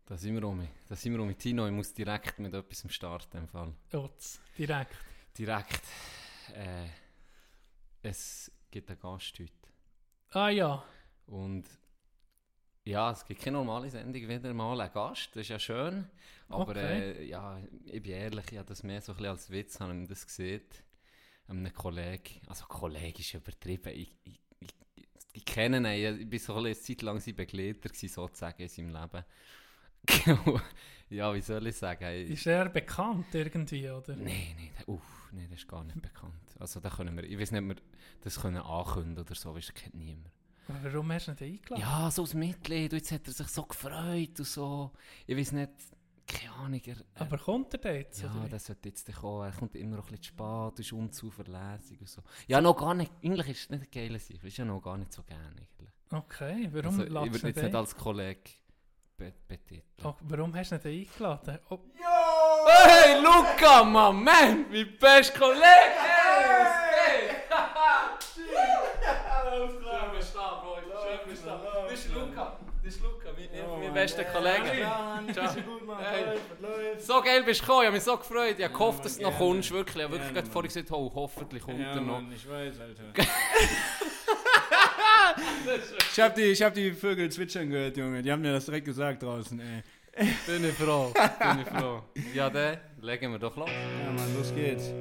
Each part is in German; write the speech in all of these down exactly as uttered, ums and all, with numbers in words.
Da sind wir um. Da sind wir um. Tino, ich muss direkt mit etwas am Start im Fall. Jutz, direkt. Direkt. Äh, es gibt einen Gast heute. Ah ja. Und ja, es gibt keine normale Sendung, wieder mal einen Gast. Das ist ja schön. Aber Okay. äh, ja, ich bin ehrlich, ich habe das mehr so ein bisschen als Witz, habe ich das gesehen. Einem Kollegen, also Kollege ist übertrieben. Ich, ich, ich, ich kenne ihn, ich war so eine Zeit lang sein Begleiter gewesen, sozusagen in seinem Leben. Ja, wie soll ich sagen? Ist er bekannt irgendwie, oder? Nein, nein, uff, nein, das ist gar nicht bekannt. Also da können wir, ich weiß nicht, ob wir das können ankündigen oder so, das kennt niemand. Aber warum hast du ihn denn eingeladen? Ja, so als Mitglied, und jetzt hat er sich so gefreut und so. Ich weiß nicht, keine Ahnung. Er, er, Aber kommt er da jetzt? ja, oder wie? das wird jetzt kommen. Er kommt immer noch ein bisschen zu spät, ist unzuverlässig und so. Ja, noch gar nicht, eigentlich ist es nicht eine geile Sache, ist ja noch gar nicht so gerne eigentlich. Okay, warum Also, ich lässt würde du ihn jetzt denn nicht ein? als Kollege be- betiteln. Oh, warum hast du ihn denn eingeladen? Oh, Hey, Luca, Mann, man, mein bester Kollege! Hey, was geht? Schön bist du da, Bro. Schön bist du da. Das ist Luca. Das ist Luca, mein, mein bester Kollege. Ja, Mann, Ciao. ist ja gut, Mann. Hey. Läuft, läuft. So geil bist du gekommen, ich habe mich so gefreut. Ich habe gehofft, dass du noch gerne. kommst, wirklich. Ich habe wirklich Gerne, gerade vorhin gesagt, oh, hoffentlich kommt Ja, er noch. Mann, ich weiß, Alter. ich hab die, ich hab die Vögel zwitschern gehört, Junge. Die haben mir das direkt gesagt draußen, ey. Bin ich froh, bin ich froh. Ja, dann legen wir doch los. Ja, Mann, los geht's.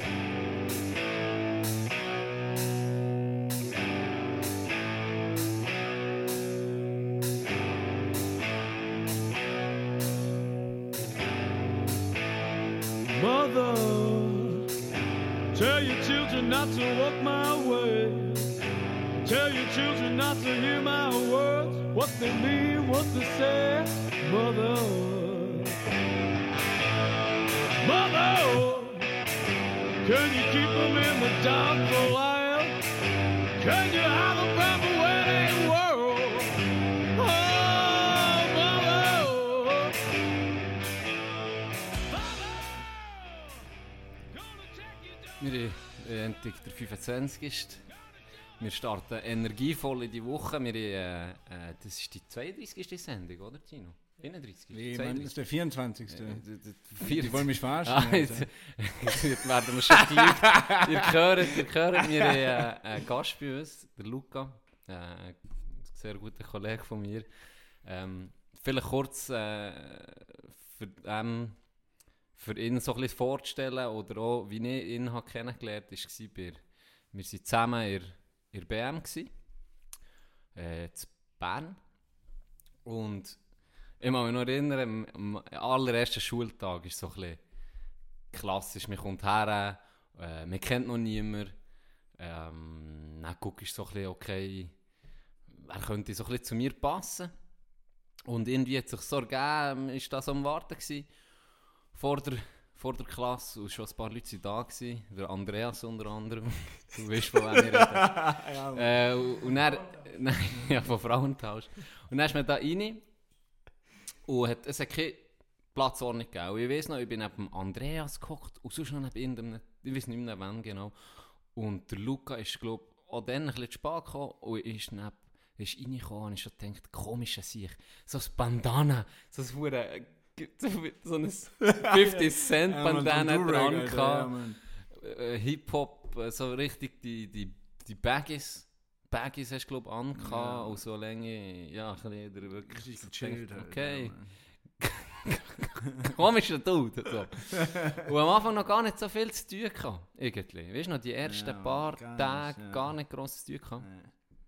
Mother, tell your children not to walk my way. Tell your children not to hear my words, what they mean, what they say. Mother, Mother, can you keep them in the dark for a while? Can you have them from the wedding world? Oh, Mother, gonna take you down. Wir haben endlich der fünfundzwanzigste Wir starten energievoll in die Woche. Wir, äh, äh, das ist die zweiunddreißigste Sendung, oder Tino? einunddreißigste Wie, man, das ist der vierundzwanzigste. Äh, d- d- Die wollen mich verarschen. Ah, Alter. jetzt, jetzt werden wir schockiert. ihr hört, ihr hört, wir haben äh, einen Gast bei uns, der Luca, äh, ein sehr guter Kollege von mir. Ähm, vielleicht kurz äh, für, ähm, für ihn so ein bisschen vorzustellen oder auch, wie ich ihn habe kennengelernt habe, war bei, wir waren zusammen in, in der B M, gewesen, äh, in Bern. Und ich kann mich noch erinnern, am, am allerersten Schultag ist so ein bisschen klassisch, man kommt her, äh, man kennt noch niemanden, ähm, dann guckst du so ein bisschen, okay, wer könnte so ein bisschen zu mir passen? Und irgendwie hat es sich so ergeben, ist das am Warten gewesen, vor der, vor der Klasse, und schon ein paar Leute waren da gewesen, der Andreas unter anderem, du weißt, von wem ich rede. Ja, Mann. äh, und und dann, nein, ja, von Frauentausch. Und dann ist man da rein, und hat, es hat keine Platzordnung gegeben. Und ich weiss noch, ich bin neben Andreas gehockt und sonst noch neben irgendeinem, ich weiß nicht mehr wann genau. Und der Luca ist, glaube ich, auch dann ein bisschen zu spät gekommen und ist neben, ist reingekommen und ich schon gedacht, komischer Sieg. So ein Bandana, so ein hure, so ein fifty Cent Bandana Ja, Mann, so ein dran Durag, Alter, ja, gehabt. Mann. Äh, Hip-Hop, äh, so richtig die, die, die Baggies. Baggies hast du, glaube ich, angehabt Ja. und so lange, ja, ein bisschen der wirklich Richtig so gechillt, gedacht, Alter, okay, ja, Mann. komischer Dude. So. Und am Anfang noch gar nicht so viel zu tun gehabt, irgendwie. Weißt du noch, die ersten Ja, paar gar nicht, Tage ja. gar nicht gross zu tun gehabt. Ja.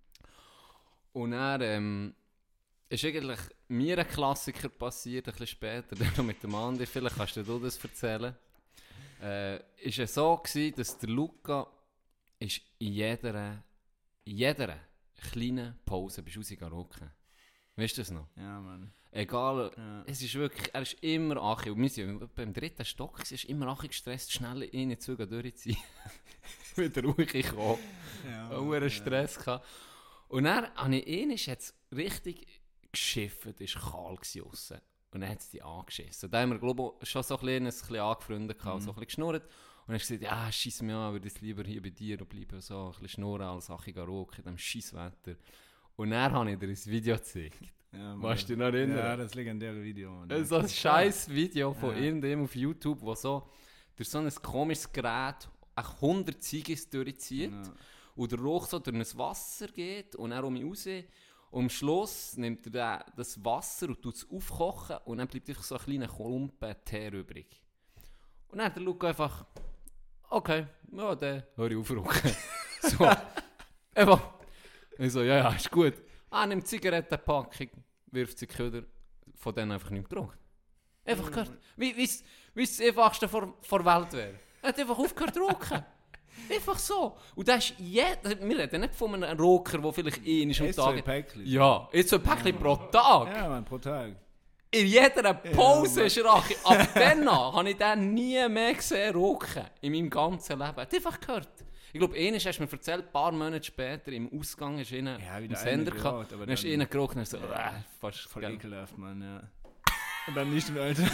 Und dann ähm, ist eigentlich mir ein Klassiker passiert, ein bisschen später, dann noch mit dem Andi, vielleicht kannst du dir das erzählen. Äh, ist es so gewesen, dass der Luca ist in jeder, in jeder kleinen Pause bist rausgegangen. Weißt du das noch? Ja, Mann. Egal, Ja. es ist wirklich, er ist immer achi, und wir sind beim dritten Stock, er ist immer achi gestresst, schnell in die Züge durchziehen. Wieder rausgekommen. Ja, Auch Mann, einen ja. Stress gehabt. Und dann habe ich ihn jetzt richtig geschifft, es war kahl aussen. Und dann hat es die angeschissen. Da haben wir, glaube ich, schon so ein bisschen, ein bisschen angefreundet gehabt, Mhm. so ein bisschen geschnurrt. Und dann habe ich gesagt, ja, scheiss mich an, würde ich lieber hier bei dir bleiben, so ein bisschen schnurren als Achi Garok in diesem Scheisswetter. Und dann habe ich dir ein Video gezeigt. Ja, Weißt du dich noch erinnern? Ja, das legendäre Video. Mann. Ja. So ein scheiß Video von Ja. irgendjemandem auf YouTube, wo so durch so ein komisches Gerät auch hundert Ziggis durchzieht Ja. und der Rauch so durch ein Wasser geht und dann um mich raus. Und am Schluss nimmt er den- das Wasser und tut es aufkochen und dann bleibt einfach so ein kleiner Klumpen Teer übrig. Und dann hat der Luca einfach, okay, ja, dann höre ich auf rauchen. So, einfach. Ich so, ja, ja, ist gut. Ah, nimmt Zigarettenpackung, wirft sie Köder, von denen einfach nicht mehr geraucht. Einfach gehört. Wie es das einfachste vor der Welt wäre. Er hat einfach aufgehört zu rauchen. Einfach so. Und das ist jeder, wir reden nicht von einem Raucher, der vielleicht ein ist am Ist so ein Tag. Päckchen. Ja, jetzt so ein Päckchen pro Tag. Ja, Mann, pro Tag. In jeder Pause Ja, ist er Rache. Aber danach habe ich den nie mehr gesehen rauchen. In meinem ganzen Leben. Er hat einfach gehört. Ich glaube, eines hast du mir erzählt, ein paar Monate später im Ausgang ist ihnen Ja, im wieder Sender einer gehabt. geraucht, aber Dann hast du dann- ihnen geraucht und so, äh, fast Voll gell. ekelhaft, Mann, ja. Und dann nicht mehr, Alter.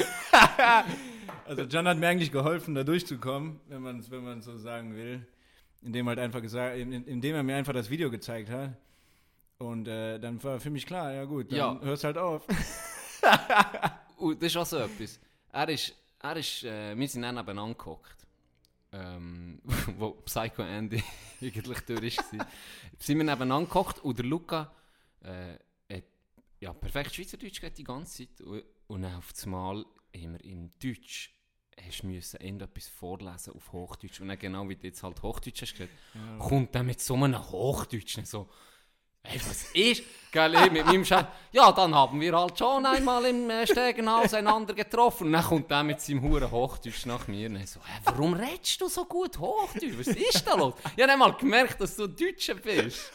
Also John hat mir eigentlich geholfen, da durchzukommen, wenn man es wenn man so sagen will. Indem, halt einfach gesagt, in- indem er mir einfach das Video gezeigt hat. Und äh, dann war für mich klar, ja gut, dann Ja. hörst halt auf. Und das ist auch so etwas. Er ist, er ist äh, wir sind dann nebeneinander gehockt. Ähm, wo Psycho Andy eigentlich durch war. Sind wir nebeneinander gehockt und der Luca äh, hat ja, perfekt Schweizerdeutsch geredet die ganze Zeit. Und, und dann auf einmal haben wir in Deutsch hast müssen irgendetwas vorlesen auf Hochdeutsch. Und dann genau wie du jetzt halt Hochdeutsch hast geredet, Ja. kommt dann mit so einem Hochdeutschen so, ey, was ist? Geil, ey, mit meinem Chef, ja, dann haben wir halt schon einmal im äh, Stegenhaus einander getroffen. Und dann kommt der mit seinem huren Hochdeutsch nach mir und ich so, hä, warum redest du so gut Hochdeutsch? Was ist da los? Ich habe nicht mal gemerkt, dass du Deutscher bist.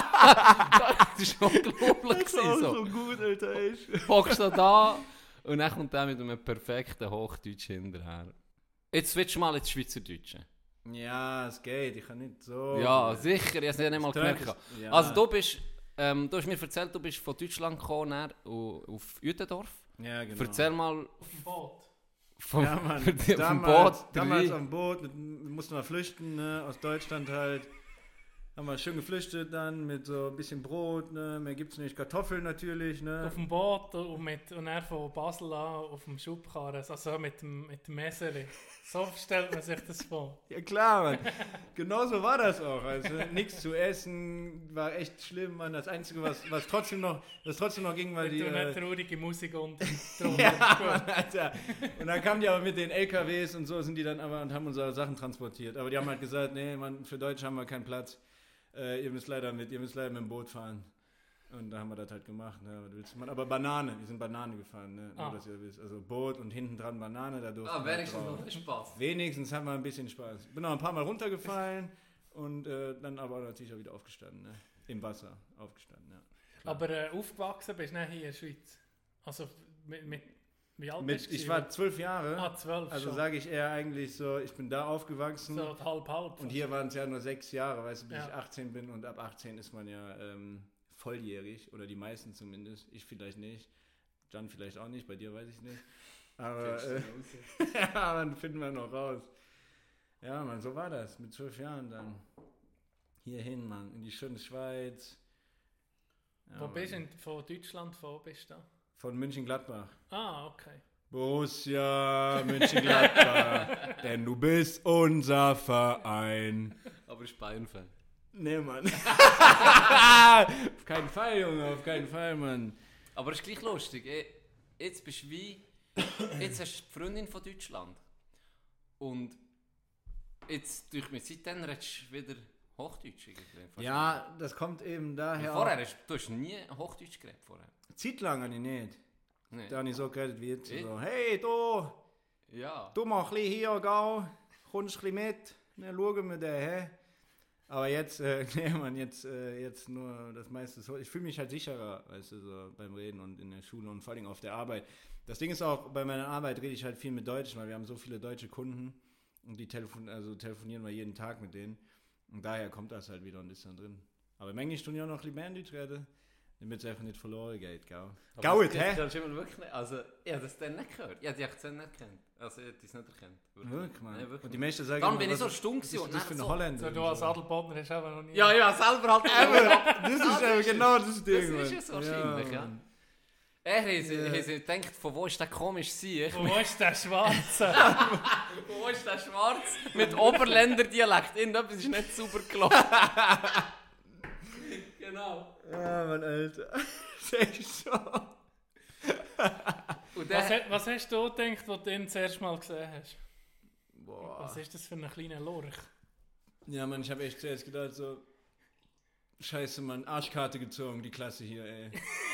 Das war unglaublich. So. so gut, Alter, echt. Hockst du da und dann kommt der mit einem perfekten Hochdeutsch hinterher. Jetzt switch mal ins Schweizerdeutsche. Ja, es geht, ich kann nicht so... Ja, sicher, ich habe es nicht mal Das tönt gemerkt. es- ja. Also du bist, ähm, du hast mir erzählt, du bist von Deutschland gekommen dann, au- auf Uetendorf. Ja, genau. Erzähl mal Auf dem Boot. vom, Ja, Mann, vom damals, Boot. damals drei- am Boot, mit, mussten wir flüchten, ne, aus Deutschland halt. Haben wir schön geflüchtet dann mit so ein bisschen Brot, ne, mehr gibt's nicht, Kartoffeln natürlich, ne. Auf dem Boot und, mit, und dann von Basel an auf dem Schubkarren, also mit dem, mit dem Messerli. So stellt man sich das vor. Ja klar, Mann. Genau so war das auch. Also nichts zu essen, war echt schlimm, Mann. Das Einzige, was, was trotzdem noch, was trotzdem noch ging, war Mit die... so einer Äh, traurige Musik und drum. ja, Mann, Alter. Und dann kamen die aber mit den L K Ws und so, sind die dann aber und haben unsere Sachen transportiert. Aber die haben halt gesagt, nee, Mann, für Deutsch haben wir keinen Platz. Äh, ihr müsst leider mit, ihr müsst leider mit dem Boot fahren. Und da haben wir das halt gemacht. Ne? Was willst du machen? Aber Banane, wir sind Banane gefahren, ne? Nur, Ah. dass ihr wisst. Also Boot und hinten dran Banane, da durften Ah, wir halt wenigstens drauf. noch Spaß. Wenigstens haben wir ein bisschen Spaß. Bin noch ein paar Mal runtergefallen und äh, dann aber natürlich auch wieder aufgestanden. Ne? Im Wasser aufgestanden, ja. Aber äh, aufgewachsen bist du nicht hier in der Schweiz? Also mit, mit wie alt Mit, bist du? ich war zwölf Jahre, ah, zwölf also schon. sage ich eher eigentlich so, ich bin da aufgewachsen. So halb, halb. Und hier waren es ja nur sechs Jahre, weißt du, bis Ja. ich achtzehn bin und ab achtzehn ist man ja ähm, volljährig, oder die meisten zumindest. Ich vielleicht nicht, John vielleicht auch nicht, bei dir weiß ich nicht. Aber äh, ja, dann finden wir noch raus. Ja, Mann, so war das, mit zwölf Jahren dann. Hierhin, Mann, in die schöne Schweiz. Ja, Wo Mann. bist du? In- Von Deutschland, wo bist du da? Von München-Gladbach. Ah, okay. Borussia München-Gladbach, denn du bist unser Verein. Aber ich bin Bayern-Fan. Nee, Mann. Auf keinen Fall, Junge, auf keinen Fall, Mann. Aber es ist gleich lustig. Eh, Jetzt bist du wie... Jetzt hast du die Freundin von Deutschland. Und jetzt, durch mich, seitdem redest du wieder Hochdeutsch. Irgendwie. Ja, das kommt eben Und daher. vorher hast du hast nie Hochdeutsch geredet. Vorher. Zieht lang an die nicht. Nee. Da habe ich so geredet wie jetzt. Ich? So, hey, du, Ja. du mach ein bisschen hier, gau, kommst ein bisschen mit, dann schauen wir den, hä? Aber jetzt, äh, nee, Mann, jetzt, äh, jetzt nur das meiste so. Ich fühle mich halt sicherer, weißt du, so beim Reden und in der Schule und vor allem auf der Arbeit. Das Ding ist auch, bei meiner Arbeit rede ich halt viel mit Deutschen, weil wir haben so viele deutsche Kunden und die telefon also telefonieren wir jeden Tag mit denen. Und daher kommt das halt wieder und ist dann drin. Aber im Englisch tun ja auch noch lieber Deutsch reden, damit es einfach nicht verloren geht, gell? Gaut, hä? Das immer wirklich nicht. Also, ich habe das dann nicht gehört. Ich habe die Akzent nicht gekannt. Also, ich habe das nicht erkannt. Wirklich, Mann. Nein, wirklich Und die nicht. Menschen sagen Dann immer, bin ich was so ist- stumm was gewesen ist und das dann für ein so- Holländer? So, und du als Adelbodner hast eben noch nie... Ja, ja, selber halt. Aber das ist Ah, aber das genau ist- das Ding, das ist Mann. es wahrscheinlich, ja. Mann. Er hat sich gedacht, von wo ist der komisch Sieg? Wo ist der Schwarze? Wo ist der Schwarz? Mit Oberländer-Dialekt. Irgendetwas ist nicht sauber gelaufen. Genau. Ja, Mann, Alter. Das ist echt so. Und Was, der, ha- was hast du gedacht, als du ihn das erste Mal gesehen hast? Boah. Was ist das für ein kleiner Lurch? Ja, Mann, ich habe echt zuerst gedacht, so... Scheiße, Mann, Arschkarte gezogen, die Klasse hier, ey.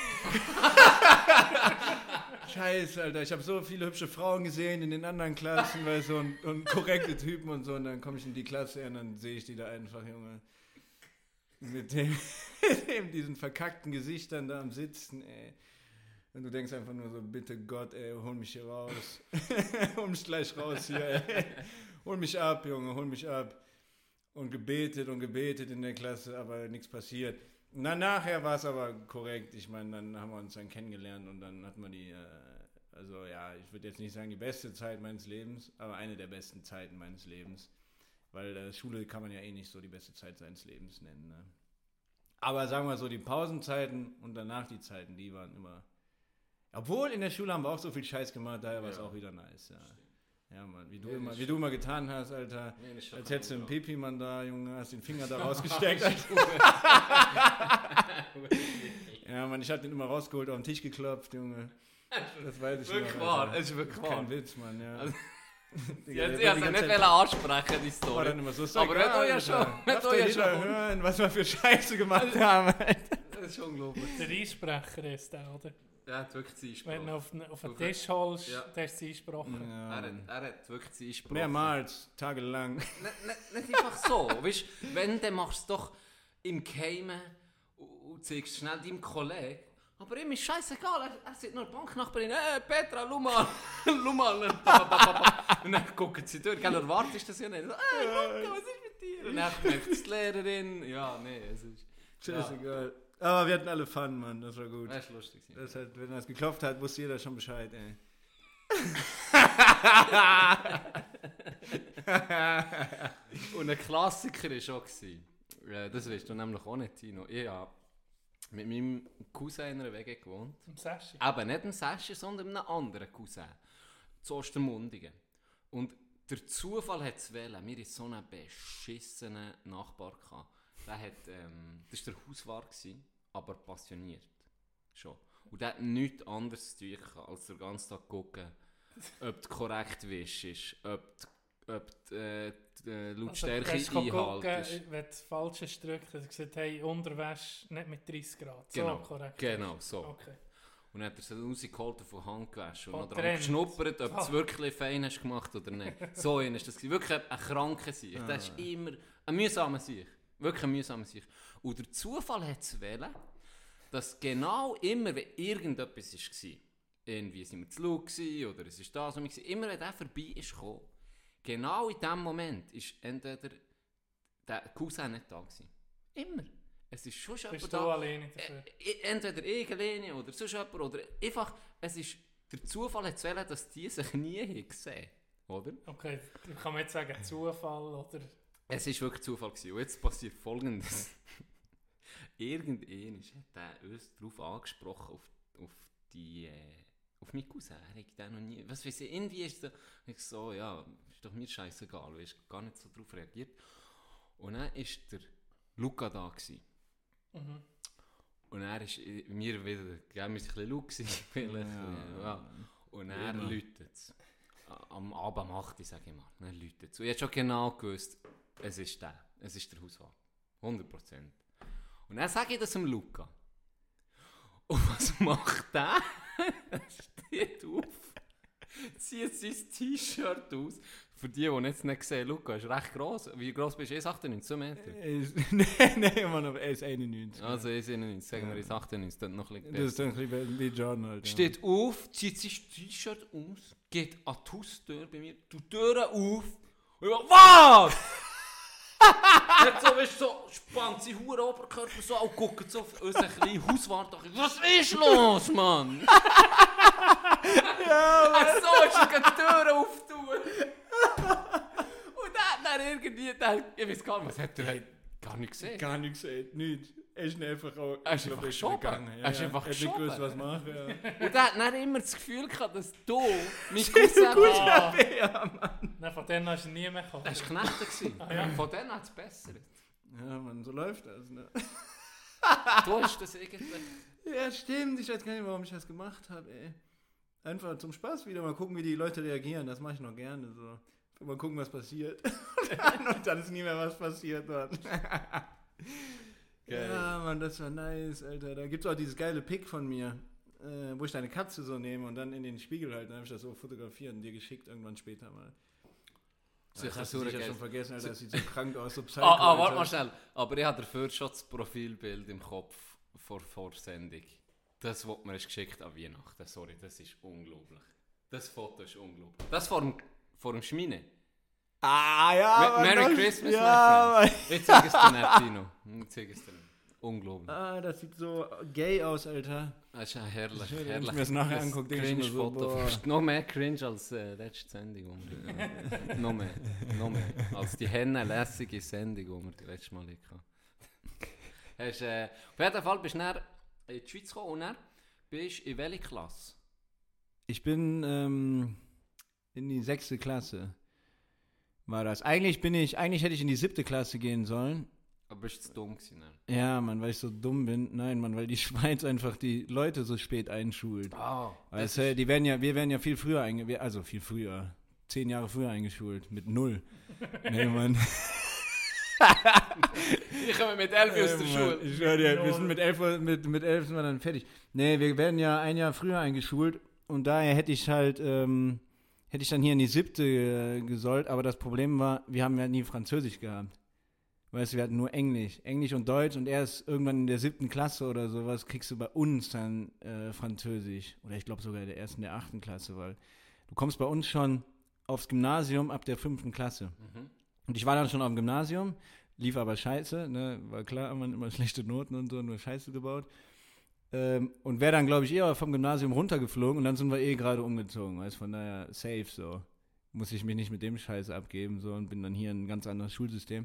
Scheiße, Alter, ich habe so viele hübsche Frauen gesehen in den anderen Klassen, weißt du, und, und korrekte Typen und so, und dann komme ich in die Klasse und dann sehe ich die da einfach, Junge, mit dem, mit dem diesen verkackten Gesichtern da am Sitzen, ey. Und du denkst einfach nur so, bitte Gott, ey, hol mich hier raus. Hol mich gleich raus hier, ey. Hol mich ab, Junge, hol mich ab. Und gebetet und gebetet in der Klasse, aber nichts passiert. Und dann nachher war es aber korrekt. Ich meine, dann haben wir uns dann kennengelernt und dann hatten wir die, äh, also ja, ich würde jetzt nicht sagen die beste Zeit meines Lebens, aber eine der besten Zeiten meines Lebens. Weil äh, Schule kann man ja eh nicht so die beste Zeit seines Lebens nennen. Ne? Aber sagen wir so, die Pausenzeiten und danach die Zeiten, die waren immer... Obwohl in der Schule haben wir auch so viel Scheiß gemacht, daher war es Ja. auch wieder nice, ja. Ja, Mann, wie du, Ja, immer, das wie du immer getan hast, Alter. Nee, das ist Als schon hättest du einen gut, Pipi, Mann, da, Junge, hast den Finger da rausgesteckt. Ja, Mann, ich hab den immer rausgeholt, auf den Tisch geklopft, Junge. Das weiß ich wirklich noch, wahr, Alter. es ist wirklich wahr. Kein Witz, Mann, ja. Also, Digga, Ich der wollte war es die nicht ganze Zeit- ansprechen, die war Story. dann immer so, ist doch Aber egal, wenn du ja Alter. schon- wenn Darf du doch ja jeder schon- hören, was wir für Scheiße gemacht haben, Alter. Das ist unglaublich. Der Einsprecher ist der, oder? Er hat wirklich Zeit Wenn du gesprochen. auf, den- auf den Auf- Tisch holst, Ja. der ist sie gesprochen. Er hat, er hat wirklich Zeit gesprochen. Mehrmals, tagelang. Nicht, nicht, nicht einfach so. Weißt, wenn, dann machst du es doch im Geheimen und, und zeigst schnell deinem Kollegen. Aber ihm ist scheißegal, er, er sieht nur die Banknachbarin. Hey Petra, schau mal, schau mal. Und dann gucken sie durch, gell, erwartest du das ja nicht. So, hey Luca, was ist mit dir? Und dann merkt es die Lehrerin. Ja, nee, es ist... Scheißegal. Aber wir hatten alle Fun, Mann, das war gut. Das ist lustig. Das hat, wenn er es geklopft hat, wusste jeder schon Bescheid, ey. Und ein Klassiker war auch, gewesen. Äh, das weißt du nämlich auch nicht, Tino. Ich habe mit meinem Cousin in einer W G gewohnt. Im Session. Aber nicht im Session, sondern einem anderen Cousin. Zu Ostermundigen. Und der Zufall hat es wählen. Wir hatten so einen beschissenen Nachbar gehabt. Der hat, ähm, das war der Hauswart, gewesen, aber passioniert. Schon. Und der hat nichts anderes zu tun gehabt, als den ganzen Tag gucken, ob du korrekt wischst, ob du, ob du äh, die äh, Lautstärke Also, du einhaltest. gucken, wenn du falsch hast gedrückt hast, hast du gesagt, hey, Unterwäsche nicht mit dreißig Grad. So, Genau, korrekt. genau, so. Okay. Und dann hat er sie rausgeholt und von Hand gewaschen und Oh, noch dran Trend. geschnuppert, ob du es Oh. wirklich fein hast gemacht oder nicht. So ein ist das gewesen. Wirklich ein kranker Sieg. Ah. Das ist immer ein mühsamer Sieg. Wirklich ein mühsamer Sieg. Und der Zufall hat es wählen, dass genau immer, wenn irgendetwas war, irgendwie sind wir zu laut gewesen, oder es ist das, was wir waren, immer wenn der vorbei ist gekommen, genau in dem Moment ist entweder der Cousin nicht da gewesen. Immer. Es ist schon jemand Bist du da. alleine dafür? Äh, entweder ich alleine oder sonst jemand oder einfach, es ist, der Zufall hat zu wählen, dass die sich nie haben gesehen, oder? Okay, kann man jetzt sagen, Zufall oder... Es war wirklich Zufall gewesen. Und jetzt passiert Folgendes. Irgendwann hat er uns darauf angesprochen, auf, auf die, äh, auf meinen Cousin. Er hat den noch nie, was weiß ich, irgendwie ist so, ich so, ja, ist doch mir scheißegal, du hast gar nicht so darauf reagiert. Und dann war der Luca da gewesen. Mhm. Und er ist mir wieder, gell, wir waren ein bisschen laut gewesen, vielleicht, ja. Ja. Und er Immer. läutet es. Am Abend um acht Uhr, sage ich mal. Er läutet es. Und ich habe schon genau gewusst, es ist der. Es ist der Hauswart. hundert Prozent. Und dann sage ich das dem Luca. Und was macht der? Er steht auf, zieht sein T-Shirt aus. Für die, die jetzt nicht sehen, Luca ist recht gross. Wie gross bist du? eins Komma achtundneunzig Meter? Nein, nein, Mann, aber er ist einundneunzig. Also eins Komma einundneunzig, sagen wir eins Komma achtundneunzig, das noch ein bisschen Das ist dann ein bisschen wie John halt. Ja. Steht auf, zieht sein T-Shirt aus, geht an die Haustür bei mir, tut die Türen auf und ich sage, was? Jetzt so, weißt du, so, spannt sein Huren Oberkörper so und guckt so auf unseren kleinen Hauswart. Was ist los, Mann? Ja, Mann. So ist er die Türen auftun. Und dann, dann irgendwie, dann, ich weiß gar nicht, was hat er halt gar nicht gesehen. Gar nichts gesagt, nichts. Er ist einfach auch... Er ist ich einfach glaub, geschoben. gegangen. Ja, Er ist ja. einfach Er hat nicht geschoben. gewusst, was machen. Ja. Und er hat dann immer das Gefühl gehabt, dass du mit Cousin Ah, ja, Mann. nein, von denen hast du nie mehr gekommen. Er war Knechte. gewesen. Ah, ja. Von denen hat es besser. Ja, Mann, so läuft das, ne? Du hast das irgendwie... Ja, stimmt. Ich weiß gar nicht, warum ich das gemacht habe, ey. Einfach zum Spaß wieder mal gucken, wie die Leute reagieren. Das mache ich noch gerne, so. Mal gucken, was passiert. Und dann ist nie mehr was passiert dort. Geil. Ja, Mann, das war nice, Alter. Da gibt's auch dieses geile Pick von mir, äh, wo ich deine Katze so nehme und dann in den Spiegel halte. Dann habe ich das so fotografiert und dir geschickt irgendwann später mal. Sicher, Das hast du so sicher geil. schon vergessen, Alter. Das sieht so krank aus, so Psycho. Ah, ah, Alter. warte mal schnell. Aber ich habe dafür schon das Profilbild im Kopf vor, vor Sendung. Das, was mir ist geschickt an Weihnachten. Sorry, das ist unglaublich. Das Foto ist unglaublich. Das vor dem, vor dem Schmine. Ah, ja, Ma- Mann, Merry das- Christmas, ja, my friend. Ich zeige es dir nicht, Tino. Ich zeige es dir nicht. Unglaublich. Ah, das sieht so gay aus, Alter. Das ist ein herrlich, Wenn ich herrlich. mir das nachher angucke, denke ich mir so, Cringe-Foto. boah. Fast noch mehr cringe als äh, letzte Sendung. die wir- noch mehr, noch mehr. Als die hennenlässige Sendung, die wir das letzte Mal hatten. Hast, äh, auf jeden Fall bist du dann in die Schweiz gekommen und dann bist du in welcher Klasse? Ich bin ähm, in die sechste Klasse. War das. Eigentlich bin ich, eigentlich hätte ich in die siebte Klasse gehen sollen. Aber bist du zu dumm gewesen? Ne? Ja, Mann, weil ich so dumm bin. Nein, Mann, weil die Schweiz einfach die Leute so spät einschult. Oh, Weißt du, die werden ja, wir werden ja viel früher eingeschult, also viel früher, zehn Jahre früher eingeschult, mit null. Nee, Mann. ich komme mit elf aus der Ey, Schule. Mann, ich schwör dir, wir sind mit elf, Uhr- mit, mit elf sind wir dann fertig. Nee, wir werden ja ein Jahr früher eingeschult und daher hätte ich halt, ähm, hätte ich dann hier in die siebte äh, gesollt, aber das Problem war, wir haben ja nie Französisch gehabt. Weißt du, wir hatten nur Englisch. Englisch und Deutsch und erst irgendwann in der siebten Klasse oder sowas kriegst du bei uns dann äh, Französisch. Oder ich glaube sogar in der ersten, der achten Klasse, weil du kommst bei uns schon aufs Gymnasium ab der fünften Klasse. Mhm. Und ich war dann schon auf dem Gymnasium, lief aber scheiße, ne? War klar, haben wir immer schlechte Noten und so, nur Scheiße gebaut. Ähm, und wäre dann, glaube ich, eher vom Gymnasium runtergeflogen und dann sind wir eh gerade umgezogen, weißt von daher safe so. Muss ich mich nicht mit dem Scheiß abgeben so und bin dann hier in ein ganz anderes Schulsystem.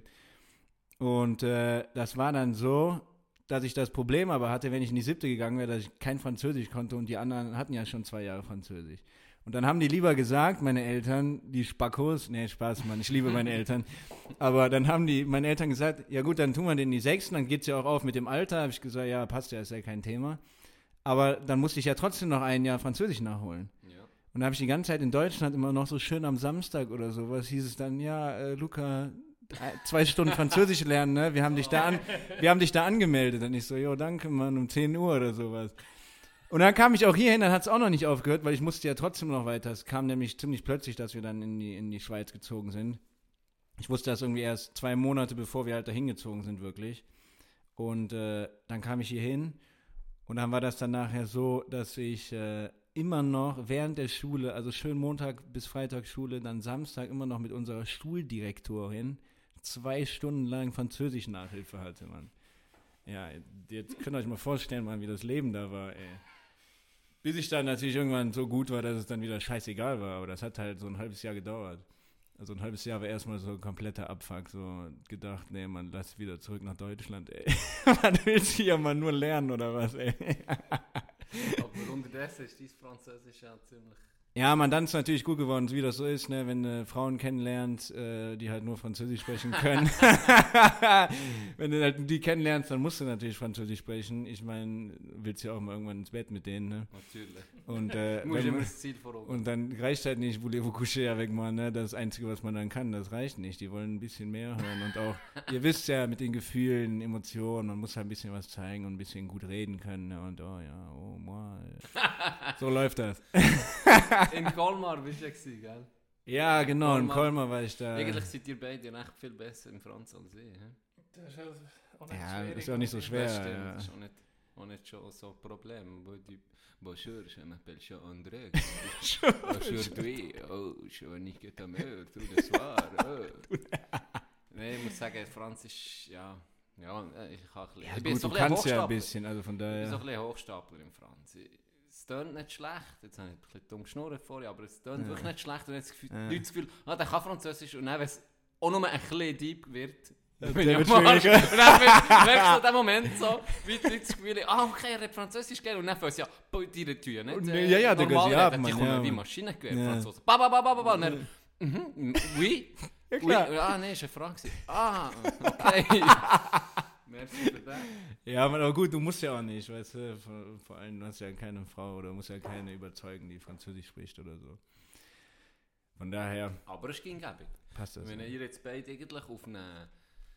Und äh, das war dann so, dass ich das Problem aber hatte, wenn ich in die siebte gegangen wäre, dass ich kein Französisch konnte und die anderen hatten ja schon zwei Jahre Französisch. Und dann haben die lieber gesagt, meine Eltern, die Spackos, nee, Spaß, Mann, ich liebe meine Eltern, aber dann haben die, meine Eltern gesagt, ja gut, dann tun wir den in die sechsten, dann geht's ja auch auf mit dem Alter. Habe ich gesagt, ja, passt ja, ist ja kein Thema. Aber dann musste ich ja trotzdem noch ein Jahr Französisch nachholen. Ja. Und da habe ich die ganze Zeit in Deutschland immer noch so schön am Samstag oder sowas, hieß es dann, ja, äh, Luca, zwei Stunden Französisch lernen, ne? Wir haben dich da an, wir haben dich da angemeldet. Und ich so, jo, danke, Mann, um zehn Uhr oder sowas. Und dann kam ich auch hierhin, dann hat es auch noch nicht aufgehört, weil ich musste ja trotzdem noch weiter. Es kam nämlich ziemlich plötzlich, dass wir dann in die, in die Schweiz gezogen sind. Ich wusste das irgendwie erst zwei Monate, bevor wir halt da hingezogen sind, wirklich. Und äh, dann kam ich hier hin und dann war das dann nachher so, dass ich äh, immer noch während der Schule, also schön Montag bis Freitag Schule, dann Samstag immer noch mit unserer Schuldirektorin zwei Stunden lang Französisch-Nachhilfe hatte, Mann. Ja, jetzt könnt ihr euch mal vorstellen, Mann, wie das Leben da war, ey. Bis ich dann natürlich irgendwann so gut war, dass es dann wieder scheißegal war, aber das hat halt so ein halbes Jahr gedauert. Also ein halbes Jahr war erstmal so ein kompletter Abfuck, so gedacht, nee, man, lass wieder zurück nach Deutschland, ey. Man will hier mal nur lernen, oder was, ey. Aber unterdessen ist dein Französisch ja ziemlich... Ja, man, dann ist natürlich gut geworden, wie das so ist, ne, wenn du Frauen kennenlernst, äh, die halt nur Französisch sprechen können. Wenn du halt die kennenlernst, dann musst du natürlich Französisch sprechen. Ich meine, willst ja auch mal irgendwann ins Bett mit denen, ne? Natürlich. Und, äh, Muss wenn immer man, das Ziel vor Augen. und dann reicht halt nicht, voulez-vous coucher avec moi, ne? Das ist das Einzige, was man dann kann, das reicht nicht. Die wollen ein bisschen mehr hören und auch, ihr wisst ja, mit den Gefühlen, Emotionen, man muss halt ein bisschen was zeigen und ein bisschen gut reden können, ne? Und oh ja, oh moi. So läuft das. In Colmar bist du ja gewesen, gell? Ja, genau, in Colmar. Colmar war ich da. Eigentlich seid ihr beide echt viel besser in Franz als ich. He? Das ist halt auch nicht Ja, schwierig, ist auch nicht so oder? schwer. Das stimmt, ja. das ist auch nicht, auch nicht schon so ein Problem. Bo- die- Bonjour, je m'appelle Jean André. Aujourd'hui, oh, je vais niquer ta mère, tout le soir. Oh. Nein, ich muss sagen, Franz ist, ja, ja, ich kann ein bisschen... Ja, ich bin gut, so du ein bisschen kannst ja ein Hochstapler. bisschen, also von Ich bin so ein daher. bisschen Hochstapler im Franz. Es tönt nicht schlecht, jetzt habe ich ein bisschen dumm geschnurrt vorher, aber es tönt Ja. wirklich nicht schlecht und jetzt das Gefühl, Ja. die Leute das Gefühl, ah, der kann Französisch und dann, wenn es auch nur ein bisschen deep wird, Bin ich wird am Arsch. schwierig. Und dann merkst du in dem Moment so, wie die Leute das Gefühl haben, ah, okay, er hat Französisch geil. Und dann fällt es ja, bei dir Tür, nicht? Und, Äh, ja, ja, da normal gehen sie ab, reden, die Mann, kommen ja, wie Mann. Maschinengewehr, Ja. Franzosen. Ba, ba, ba, ba, ba, ba. Und dann, mhm, oui. Ja, Oui. klar. Ah, nein, ist eine Frage. gewesen. Ah, okay. Merci für das. Ja, aber gut, du musst ja auch nicht, weißt du, vor, vor allem, du hast ja keine Frau oder musst ja keine überzeugen, die Französisch spricht oder so. Von daher Aber es ging gäbig. passt das. Wenn ihr jetzt beide eigentlich auf einen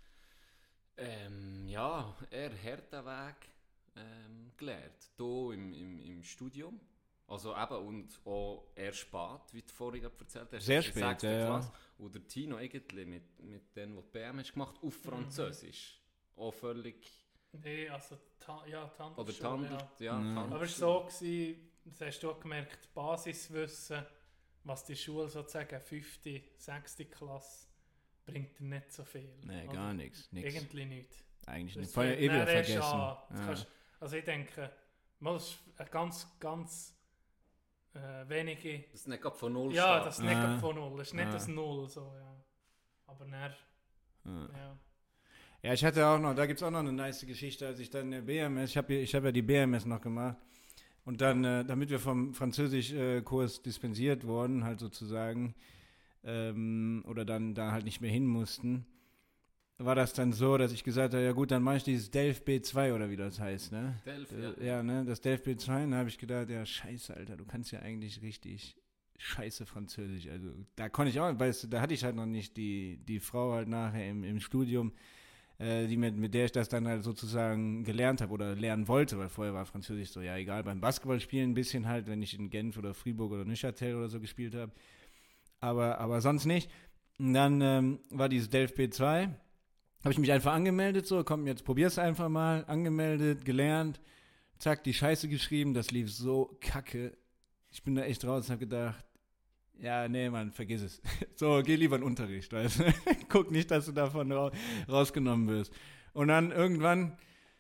ähm, ja, eher harten Weg ähm, gelernt, hier im, im, im Studium, also eben und auch eher spät, wie du vorhin gerade erzählt hast. Sehr in der spät, sechsten ja, ja. Klasse. Und der Tino eigentlich mit, mit dem, was B M hast gemacht, auf Französisch. Auch völlig, Nee, also, ta ja, die oder Handelsschule, Tandel, ja. ja, Ja. Tandel- Aber es war so, gewesen, das hast du auch gemerkt, die Basiswissen, was die Schule sozusagen fünfte, sechste Klasse, bringt dir nicht so viel. Nee, oder? gar nichts. Nix. Irgendwie nicht. Eigentlich Das nicht. Voll fängt eh wieder dann erst vergessen. an. Das Ja. kannst- Also ich denke, mal, das ist eine ganz, ganz äh, wenige... Das ist nicht gerade von Null Ja, steht. das ist nicht Ah. gerade von Null, das ist nicht Ah. das Null, so, ja. Aber dann, Ja. ja. Ja, ich hatte auch noch, da gibt es auch noch eine nice Geschichte, als ich dann der B M S, ich habe ich hab ja die B M S noch gemacht und dann, äh, damit wir vom Französisch-Kurs dispensiert wurden, halt sozusagen, ähm, oder dann da halt nicht mehr hin mussten, war das dann so, dass ich gesagt habe, ja gut, dann mache ich dieses D E L F B zwei oder wie das heißt, ne? Delphi, Äh, ja. Ja, ne, das D E L F B zwei, und da habe ich gedacht, ja scheiße, Alter, du kannst ja eigentlich richtig scheiße Französisch, also da konnte ich auch, weißt du, da hatte ich halt noch nicht die, die Frau halt nachher im, im Studium, äh, die mit, mit der ich das dann halt sozusagen gelernt habe oder lernen wollte, weil vorher war Französisch so, ja egal, beim Basketballspielen ein bisschen halt, wenn ich in Genf oder Fribourg oder Neuchâtel oder so gespielt habe, aber, aber sonst nicht. Und dann ähm, war dieses D E L F B zwei, habe ich mich einfach angemeldet, so, komm, jetzt probier's einfach mal, angemeldet, gelernt, zack, die Scheiße geschrieben, das lief so kacke. Ich bin da echt raus und habe gedacht, ja, nee, Mann, vergiss es. So, geh lieber in den Unterricht, weißt du. Guck nicht, dass du davon ra rausgenommen wirst. Und dann irgendwann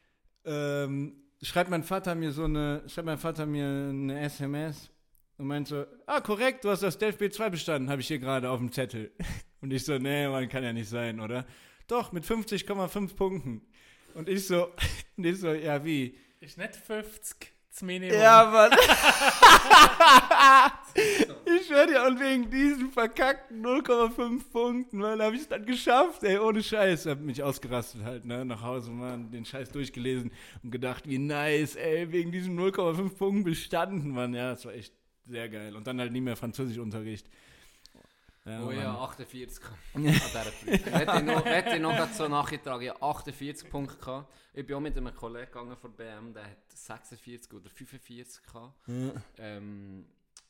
ähm, schreibt mein Vater mir so eine, schreibt mein Vater mir eine S M S und meint so, ah, korrekt, du hast das D E L F B zwei bestanden, habe ich hier gerade auf dem Zettel. Und ich so, nee, Mann, kann ja nicht sein, oder? Doch, mit fünfzig Komma fünf Punkten. Und ich so, und ich so, ja, wie? Ist nicht fünfzig das Minimum. Ja, Mann. Ich schwör dir, und wegen diesen verkackten null Komma fünf Punkten, Mann, habe ich es dann geschafft, ey, ohne Scheiß. Hab mich ausgerastet halt, ne, nach Hause, Mann, den Scheiß durchgelesen und gedacht, wie nice, ey, wegen diesen null Komma fünf Punkten bestanden, Mann. Ja, das war echt sehr geil. Und dann halt nie mehr Französischunterricht. Ja, Oh ja, Mann. achtundvierzig an dieser Prüfung. Hätte ich noch, hätte ich noch grad so nachgetragen, ja, achtundvierzig Punkte gehabt. Ich bin auch mit einem Kollegen gegangen von B M, der hat sechsundvierzig oder fünfundvierzig gehabt. Ja. Ähm,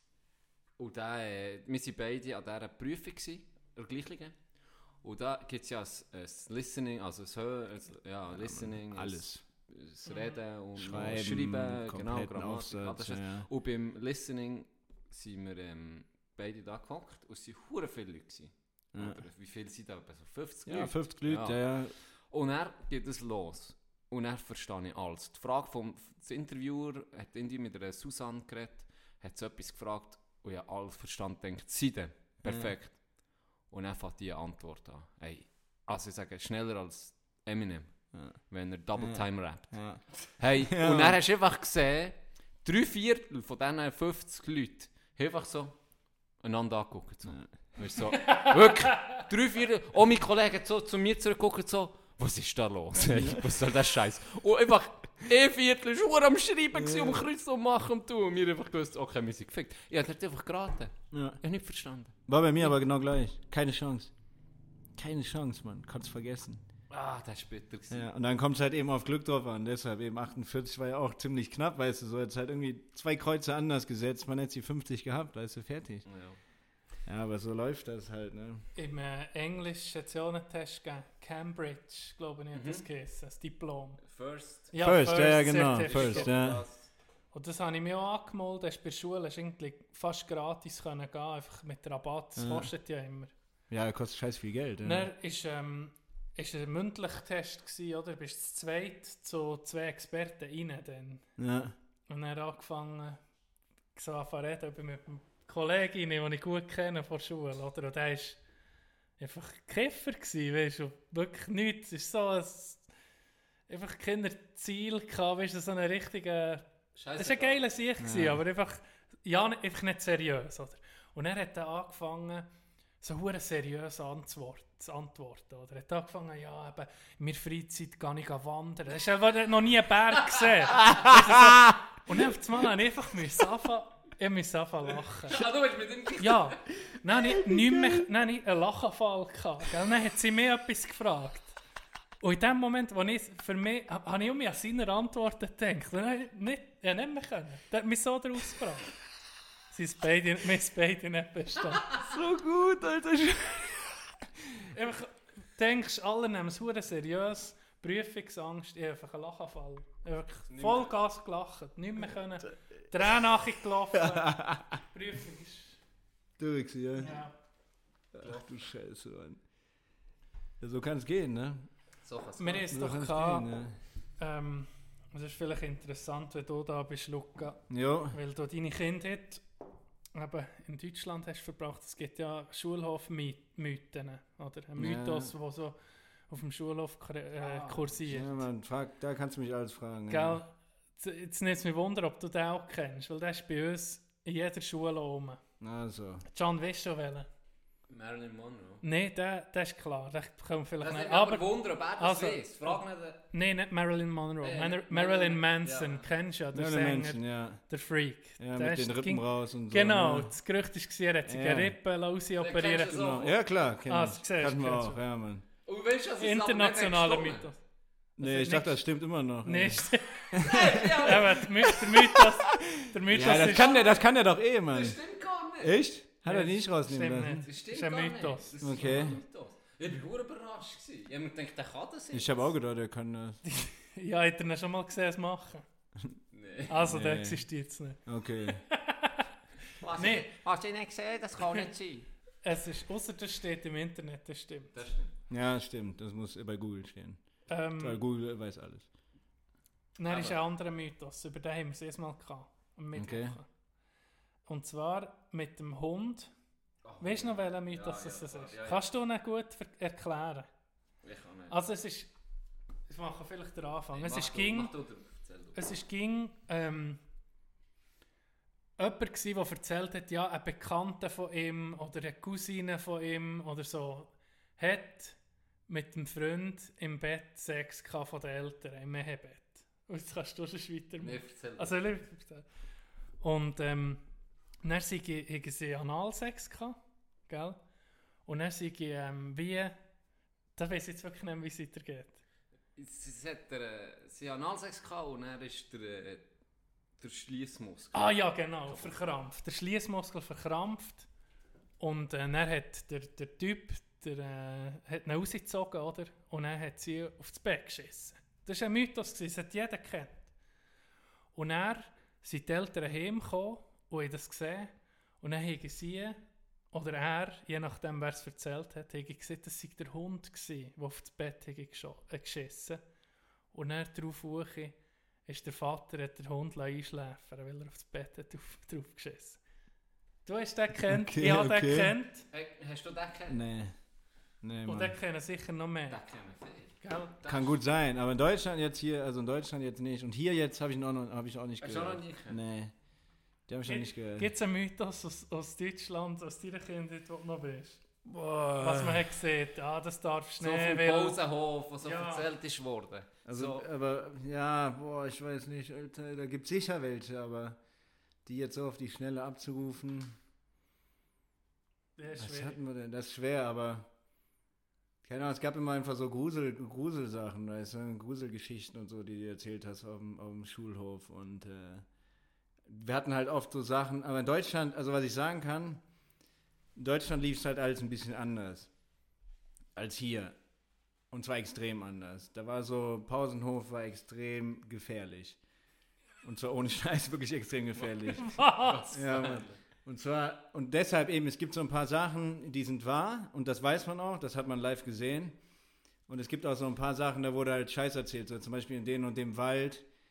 und der, äh, wir waren beide an dieser Prüfung, gewesen, der gleichen. Und da gibt es ja ein, ein Listening, also ein, Hör- ein ja, Listening, Alles. ein, ein Reden und Schreiben, Schreiben, genau, kompletten Grammatik, Aufsatz, alles. ja. Und beim Listening sind wir ähm, beide da gehockt und es waren hure viele Leute. gewesen. Ja. Oder wie viele sind da? So fünfzig Ja, Leute. fünfzig Leute, ja, ja. Und er geht es los. Und er verstehe ich alles. Die Frage vom des Interviewer hat irgendwie mit einer Susanne geredet, hat so etwas gefragt und ich habe alles verstanden, denkt, sie denn? Perfekt. Und er fängt die Antwort an. Ey, also ich sage, schneller als Eminem, Ja. wenn er Double Time rappt. Ja. Hey, Ja. und dann hast du einfach gesehen, drei Viertel von diesen fünfzig Leuten haben einfach so einander angeguckt. So. Weißt du, so, wirklich, drei Viertel, auch mein Kollege hat so zu mir zurückgeguckt, so, was ist da los? Hey, was soll das Scheiß? Und einfach, ein Viertel war nur am Schreiben, ja. um Kreuz zu machen und tun. Und wir einfach gewusst, okay, wir sind gefickt. Ich habe einfach geraten. Ja. Ich habe nicht verstanden. War bei mir aber genau gleich. Keine Chance. Keine Chance, Mann. Kannst vergessen. Ah, das war bitter. gewesen. Ja, und dann kommt es halt eben auf Glück drauf an. Deshalb eben achtundvierzig war ja auch ziemlich knapp, weißt du. So jetzt halt irgendwie zwei Kreuze anders gesetzt. Man hätte sie fünfzig gehabt, weißt du, fertig. Ja. Ja, aber so läuft das halt, ne? Im äh, Englisch hat es ja auch einen Test gegeben. Cambridge, glaube ich, hat das geheißen, das Diplom. First. Ja, First, ja, ja, genau, Certificate. first, ja. Und das habe ich mir auch angemeldet, hast bei der Schule hast du irgendwie fast gratis können gehen, einfach mit Rabatt, das Ja. kostet ja immer. Ja, kostet scheiß viel Geld, ja. Dann ist, ähm, ist ein mündlicher Test gewesen, oder? Du bist zu zweit zu zwei Experten rein dann. Ja. Und dann angefangen, so angefangen zu reden, mit einem Kollegen, den ich gut kenne von der Schule, oder? Und der ist, einfach Kiffer gsi, weißt du, wirklich nichts. Es ist so ein, einfach keine Ziel gehabt, weißt du, so eine richtige... Scheiße. Es war ein geiler Sieg, Ja. aber einfach, ja, einfach nicht seriös, oder? Und er hat dann angefangen, so hure seriös Antwort, zu antworten, oder? Er hat angefangen, ja, eben, in meiner Freizeit gehe ich wandern. Das ist einfach noch nie einen Berg gesehen. Weißt du, so. Und dann auf einmal musste ich einfach müssen anfangen, ich musste anfangen lachen. Ah, du willst mit ihm gleich... Ja, dann hatte ich nicht mehr, dann hatte ich einen Lachenfall gehabt, gell? Dann hat sie mich etwas gefragt. Und in dem Moment, wo ich für mich, habe ich um mich an seine Antworten gedacht. Und dann habe ich nicht, ja, nicht mehr können. Der hat mich so daraus gebracht. Sie sind beide, wir sind beide nicht bestanden. So gut, Alter. Einfach, denkst, alle nehmen es hure seriös. Prüfungsangst, ich habe einfach einen Lachenfall. Einfach Vollgas gelacht, nicht mehr können. Tränen nachgelaufen. Prüfung ist... Durch, ja. Ja. Ach du Scheiße, Mann. Ja, so kann es gehen, ne? So kann's Wir gehen. haben es So doch kann's gehabt. gehen, ne? Ähm, es ist vielleicht interessant, wenn du da bist, Luca. Ja. Weil du deine Kindheit eben in Deutschland hast verbracht. Es gibt ja Schulhofmythen, oder? Ein Ja. Mythos, der so auf dem Schulhof kre- äh, kursiert. Ja, Mann, frag, da kannst du mich alles fragen. Gell? Ja. Z- Jetzt nimmt es mich Wunder, ob du den auch kennst, weil der ist bei uns in jeder Schule oben. Also. John, weißt du welchen? Marilyn Monroe. Nein, der, der ist klar. Den können wir vielleicht Das nicht. ist aber Aber Wunder, ob er das also- weiss. Frag nicht... den- nein, nicht Marilyn Monroe. Äh, Mar- Marilyn- Marilyn Manson, ja. kennst du ja, der Ja, die Sänger, Menschen, ja. der Freak. Ja, Der mit ist- den Rippen ging- raus und so. Genau, Ne? das Gerücht war, er hat sich Ja. eine Rippe raus Den operieren. kennst du so. Genau. Ja, klar, kenn Ah, ich. das siehst du, Kannten wir kennst auch, du. ja, Mann. Und weißt du, das ist Internationaler aber nicht Mythos. Nee, ist ich dachte, nix- das stimmt immer noch. Nein, Ja. stimmt. Aber der My- der Mythos, der Mythos Ja, das ist... kann, der, das kann der doch eh, Mann. Das stimmt gar nicht. Echt? Hat er Nein, nicht rausnehmen stimmt lassen? nicht. Das stimmt ist ein gar Mythos. nicht. Das ist Okay. ein Mythos. Ich war verdammt überrascht. gewesen. Ich habe mir gedacht, der kann das Ich habe auch gedacht, der kann das. Ja, hat er ihn schon mal gesehen, es machen? Nee. Also, der Nee. existiert es nicht. Okay. Was, Nee. Hast du ihn nicht gesehen? Das kann nicht sein. Es ist, außer das steht im Internet, das stimmt. Das stimmt. Ja, stimmt. Das muss bei Google stehen. Weil Ähm, Google weiß alles. dann ist Aber- ein anderer Mythos, über den haben wir es erstmal gehabt, am Mittwoch. Okay. Und zwar mit dem Hund. Oh, Weißt du noch, welcher Mythos Ja, das ja, das klar. ist? Ja, ja. Kannst du ihn gut ver- erklären? Ich kann nicht. Also es ist... Ich mache vielleicht den Anfang. Nee, Es mach ist du- ging... mach du drauf, erzähl du. Es ist ging... Ähm, jemand gsi, der erzählt hat, ja, ein Bekannter von ihm oder eine Cousine von ihm oder so, hat mit dem Freund im Bett Sex gehabt von den Eltern, im Ehebett. Und jetzt kannst du schon weitermachen. Nee, erzähl du. Also, ich erzählen. Und ähm, dann sei ich- haben sie Analsex gehabt, gell? Und dann sei ich, ähm, wie... Da weiss ich jetzt wirklich nicht, wie es weitergeht. Sie, sie, hat der, äh, sie hat Analsex gehabt und dann ist der, äh, der Schliessmuskel. Ah ja, genau, verkrampft. Der Schließmuskel verkrampft. Und äh, dann hat der, der Typ der, äh, hat ihn rausgezogen, oder? Und dann hat sie aufs Bett geschissen. Das war ein Mythos, das hat jeder kennt. Und dann sind die Eltern heimgekommen und haben das gesehen. Und dann haben sie, oder er, je nachdem wer es erzählt hat, haben gesehen, das sei der Hund gewesen, der auf das Bett hat gescho- äh, geschissen. Und dann darauf hoch ist der Vater, hat den Hund einschläfern, weil er auf das Bett hat auf, drauf geschissen. Du hast den gekannt, Okay, ich habe okay. den gekannt. Hey, hast du den kennt? Nee. Nee, Und Mann. den kennen sicher noch Den mehr. kennen viele. Gell? Das Kann gut sein, aber in Deutschland jetzt hier, also in Deutschland jetzt nicht. Und hier jetzt habe ich, noch, noch- hab ich auch nicht Hast du auch gehört. noch nie gekannt? Nee. Die habe ich noch nicht gehört. Gibt es einen Mythos aus, aus Deutschland, aus deiner Kindheit, wo du noch bist? Boah. Was man hat gesehen, ah, das darfst du So nicht, vom weil... Pausenhof, was so Ja. erzählt ist worden. Also, so. aber, ja, boah, ich weiß nicht, Alter, da gibt es sicher welche, aber die jetzt so auf die Schnelle abzurufen, Der ist was schwierig. hatten wir denn? Das ist schwer, aber, keine Ahnung, es gab immer einfach so Grusel, Gruselsachen, weißt du, Gruselgeschichten und so, die du erzählt hast auf dem, auf dem Schulhof und, äh, wir hatten halt oft so Sachen, aber in Deutschland, also was ich sagen kann, in Deutschland lief es halt alles ein bisschen anders als hier. Und zwar extrem anders. Da war so, Pausenhof war extrem gefährlich. Und zwar ohne Scheiß wirklich extrem gefährlich. Was? Ja, Mann. Und zwar, und deshalb eben, es gibt so ein paar Sachen, die sind wahr und das weiß man auch, das hat man live gesehen. Und es gibt auch so ein paar Sachen, da wurde halt Scheiß erzählt, so zum Beispiel in dem und dem Wald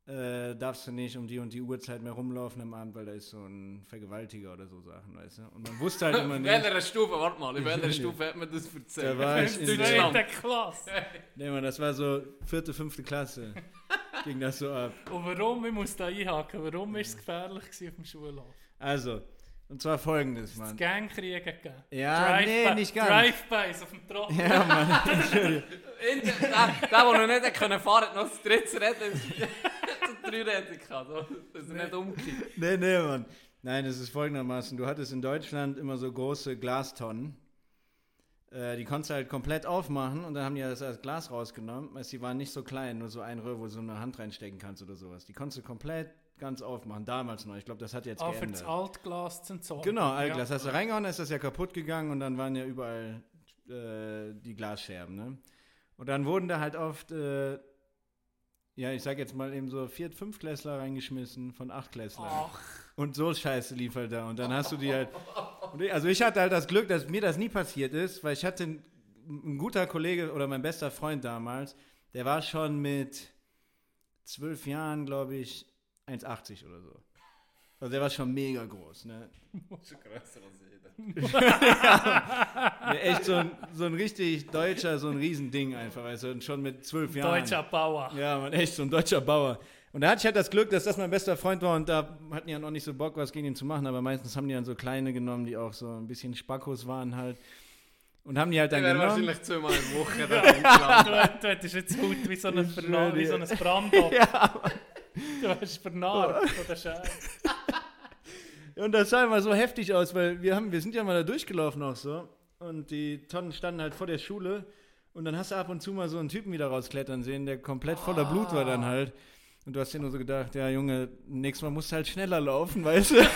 äh, darfst du nicht um die und die Uhrzeit mehr rumlaufen am Abend, weil da ist so ein Vergewaltiger oder so Sachen, weißt du? Und man wusste halt immer In nicht. welcher Stufe, warte mal, in welcher Stufe hat man das erzählt? Da war ich in In der, der Klasse. nee, man, das war so vierte, fünfte Klasse. Ging das so ab. Und warum, ich muss da einhaken, warum war es gefährlich gewesen auf dem Schulhof? Also, und zwar folgendes, Es Mann. Gangkriege gegeben. Ja, nee, nicht ganz. Drive-Bys auf dem Trottel. Ja, Mann, Entschuldigung. Der, der noch nicht können fahren konnte, noch das dritte Rennen. So drei Rennen gehabt, so, dass er nicht umkippt. Nee, nee, Mann. Nein, es ist folgendermaßen. Du hattest in Deutschland immer so große Glastonnen. Äh, die konntest du halt komplett aufmachen und dann haben die das als Glas rausgenommen. Weißt, die waren nicht so klein, nur so ein Röhr, wo du so eine Hand reinstecken kannst oder sowas. Die konntest du komplett ganz aufmachen, damals noch. Ich glaube, das hat jetzt Ah, für geändert. das Altglas zu entsorgen. Genau, Altglas. Hast du reingehauen, dann ist das ja kaputt gegangen und dann waren ja überall äh, die Glasscherben, ne? Und dann wurden da halt oft, äh, ja, ich sag jetzt mal eben so Viert-, Fünftklässler reingeschmissen von Achtklässlern. Ach, Und so Scheiße lief halt da. Und dann hast du die halt. Also ich hatte halt das Glück, dass mir das nie passiert ist, weil ich hatte ein, ein guter Kollege oder mein bester Freund damals, der war schon mit zwölf Jahren, glaube ich, eins Komma achtzig oder so. Also der war schon mega groß, ne? Schon größer als jeder. Ja, echt so ein, so ein richtig deutscher, so ein Riesending einfach, weißt du, und schon mit zwölf Jahren. deutscher Bauer. Ja, man, echt so ein deutscher Bauer. Und da hatte ich halt das Glück, dass das mein bester Freund war und da hatten die ja noch nicht so Bock, was gegen ihn zu machen, aber meistens haben die dann so kleine genommen, die auch so ein bisschen Spackos waren halt. Und haben die halt dann Der wäre genommen. wahrscheinlich zweimal in der Woche da rumgelaufen. Du, du hättest jetzt gut wie so ein, Ich Verna- schwöre wie dir. so ein Brandopfer. Ja, Du hast vernarrt von der Scheiße. und das sah immer so heftig aus, weil wir haben, wir sind ja mal da durchgelaufen auch so und die Tonnen standen halt vor der Schule und dann hast du ab und zu mal so einen Typen wieder rausklettern sehen, der komplett voller Blut war dann halt. Und du hast dir nur so gedacht, ja Junge, nächstes Mal musst du halt schneller laufen, weißt du?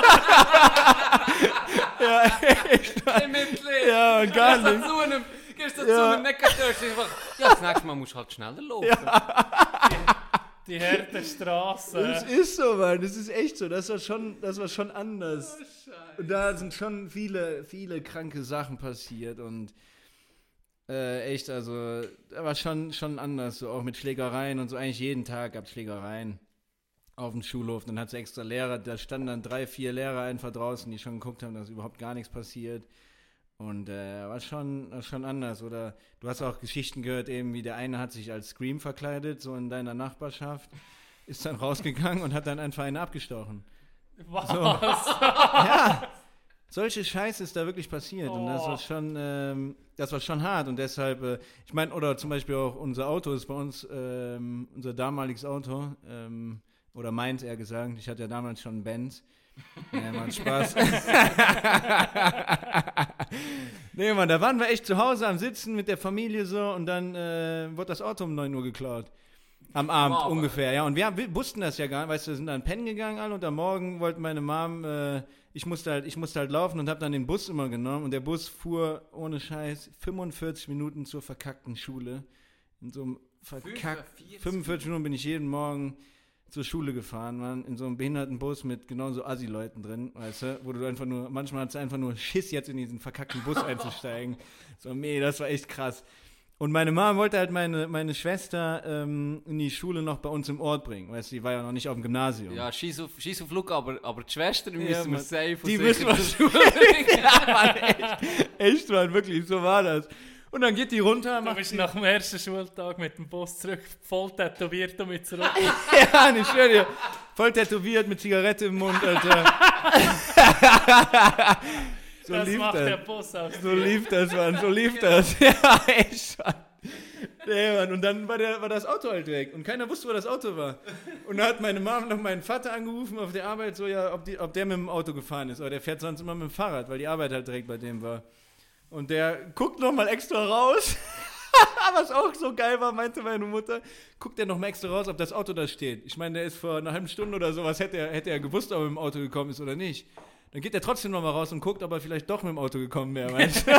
Ja, echt. Im Mittleben. Ja, und gar Gehst nicht. dazu einem, gehst dazu Ja. einem Neckartürchen einfach, ja, das nächste Mal musst du halt schneller laufen. Die harte Straße. Es ist so, Mann, das ist echt so, das war schon, das war schon anders. Und da sind schon viele, viele kranke Sachen passiert und äh, echt, also, da war schon, schon anders, so auch mit Schlägereien und so, eigentlich jeden Tag gab es Schlägereien auf dem Schulhof. Dann hat es extra Lehrer, da standen dann drei, vier Lehrer einfach draußen, die schon geguckt haben, dass überhaupt gar nichts passiert. Und äh, war schon, war schon anders. Oder du hast auch Geschichten gehört, eben wie der eine hat sich als Scream verkleidet, so in deiner Nachbarschaft, ist dann rausgegangen und hat dann einfach einen abgestochen. Was? So. Ja, solche Scheiße ist da wirklich passiert. Und das Oh. war schon, ähm, das war schon hart. Und deshalb, äh, ich meine, oder zum Beispiel auch unser Auto ist bei uns, ähm, unser damaliges Auto, ähm, oder meins eher gesagt, ich hatte ja damals schon einen Benz. Ja, macht Spaß. Nee, Mann, da waren wir echt zu Hause am Sitzen mit der Familie so und dann äh, wurde das Auto um neun Uhr geklaut. Am Abend Wow. ungefähr, ja. Und wir, wir wussten das ja gar nicht, weißt du, wir sind dann pennen gegangen alle und am Morgen wollte meine Mom, äh, ich musste halt, ich musste halt laufen und habe dann den Bus immer genommen und der Bus fuhr ohne Scheiß fünfundvierzig Minuten zur verkackten Schule. In so einem verkackt, fünfundvierzig Minuten bin ich jeden Morgen zur Schule gefahren, Mann, in so einem behinderten Bus mit genauso Assi-Leuten drin, weißt du, wo du einfach nur, manchmal hast du einfach nur Schiss, jetzt in diesen verkackten Bus einzusteigen. So, nee, das war echt krass. Und meine Mama wollte halt meine, meine Schwester ähm, in die Schule noch bei uns im Ort bringen, weißt du, die war ja noch nicht auf dem Gymnasium. Ja, schieß auf, schieß auf Luca, aber, aber die Schwester die Ja, müssen wir Mann. safe und Die sicher müssen wir- zur Schule bringen. Ja, Mann, echt, echt, Mann, wirklich, so war das. Und dann geht die runter, Du macht bist nach dem ersten Schultag mit dem Bus zurück, voll tätowiert und mit zurück. ja, ich schwör dir, voll tätowiert mit Zigarette im Mund, Alter. So das lief macht das. der Bus aus. So lief das, Mann, so lief das. Ja, echt, Mann. Nee, Mann. Und dann war, der, war das Auto halt weg und keiner wusste, wo das Auto war. Und da hat meine Mom noch meinen Vater angerufen auf der Arbeit, so ja, ob, die, ob der mit dem Auto gefahren ist. Aber der fährt sonst immer mit dem Fahrrad, weil die Arbeit halt direkt bei dem war. Und der guckt nochmal extra raus. Was auch so geil war, meinte meine Mutter, guckt er nochmal extra raus, ob das Auto da steht. Ich meine, der ist vor einer halben Stunde oder sowas, hätte er, hätte er gewusst, ob er mit dem Auto gekommen ist oder nicht. Dann geht er trotzdem nochmal raus und guckt, ob er vielleicht doch mit dem Auto gekommen wäre, weißt du?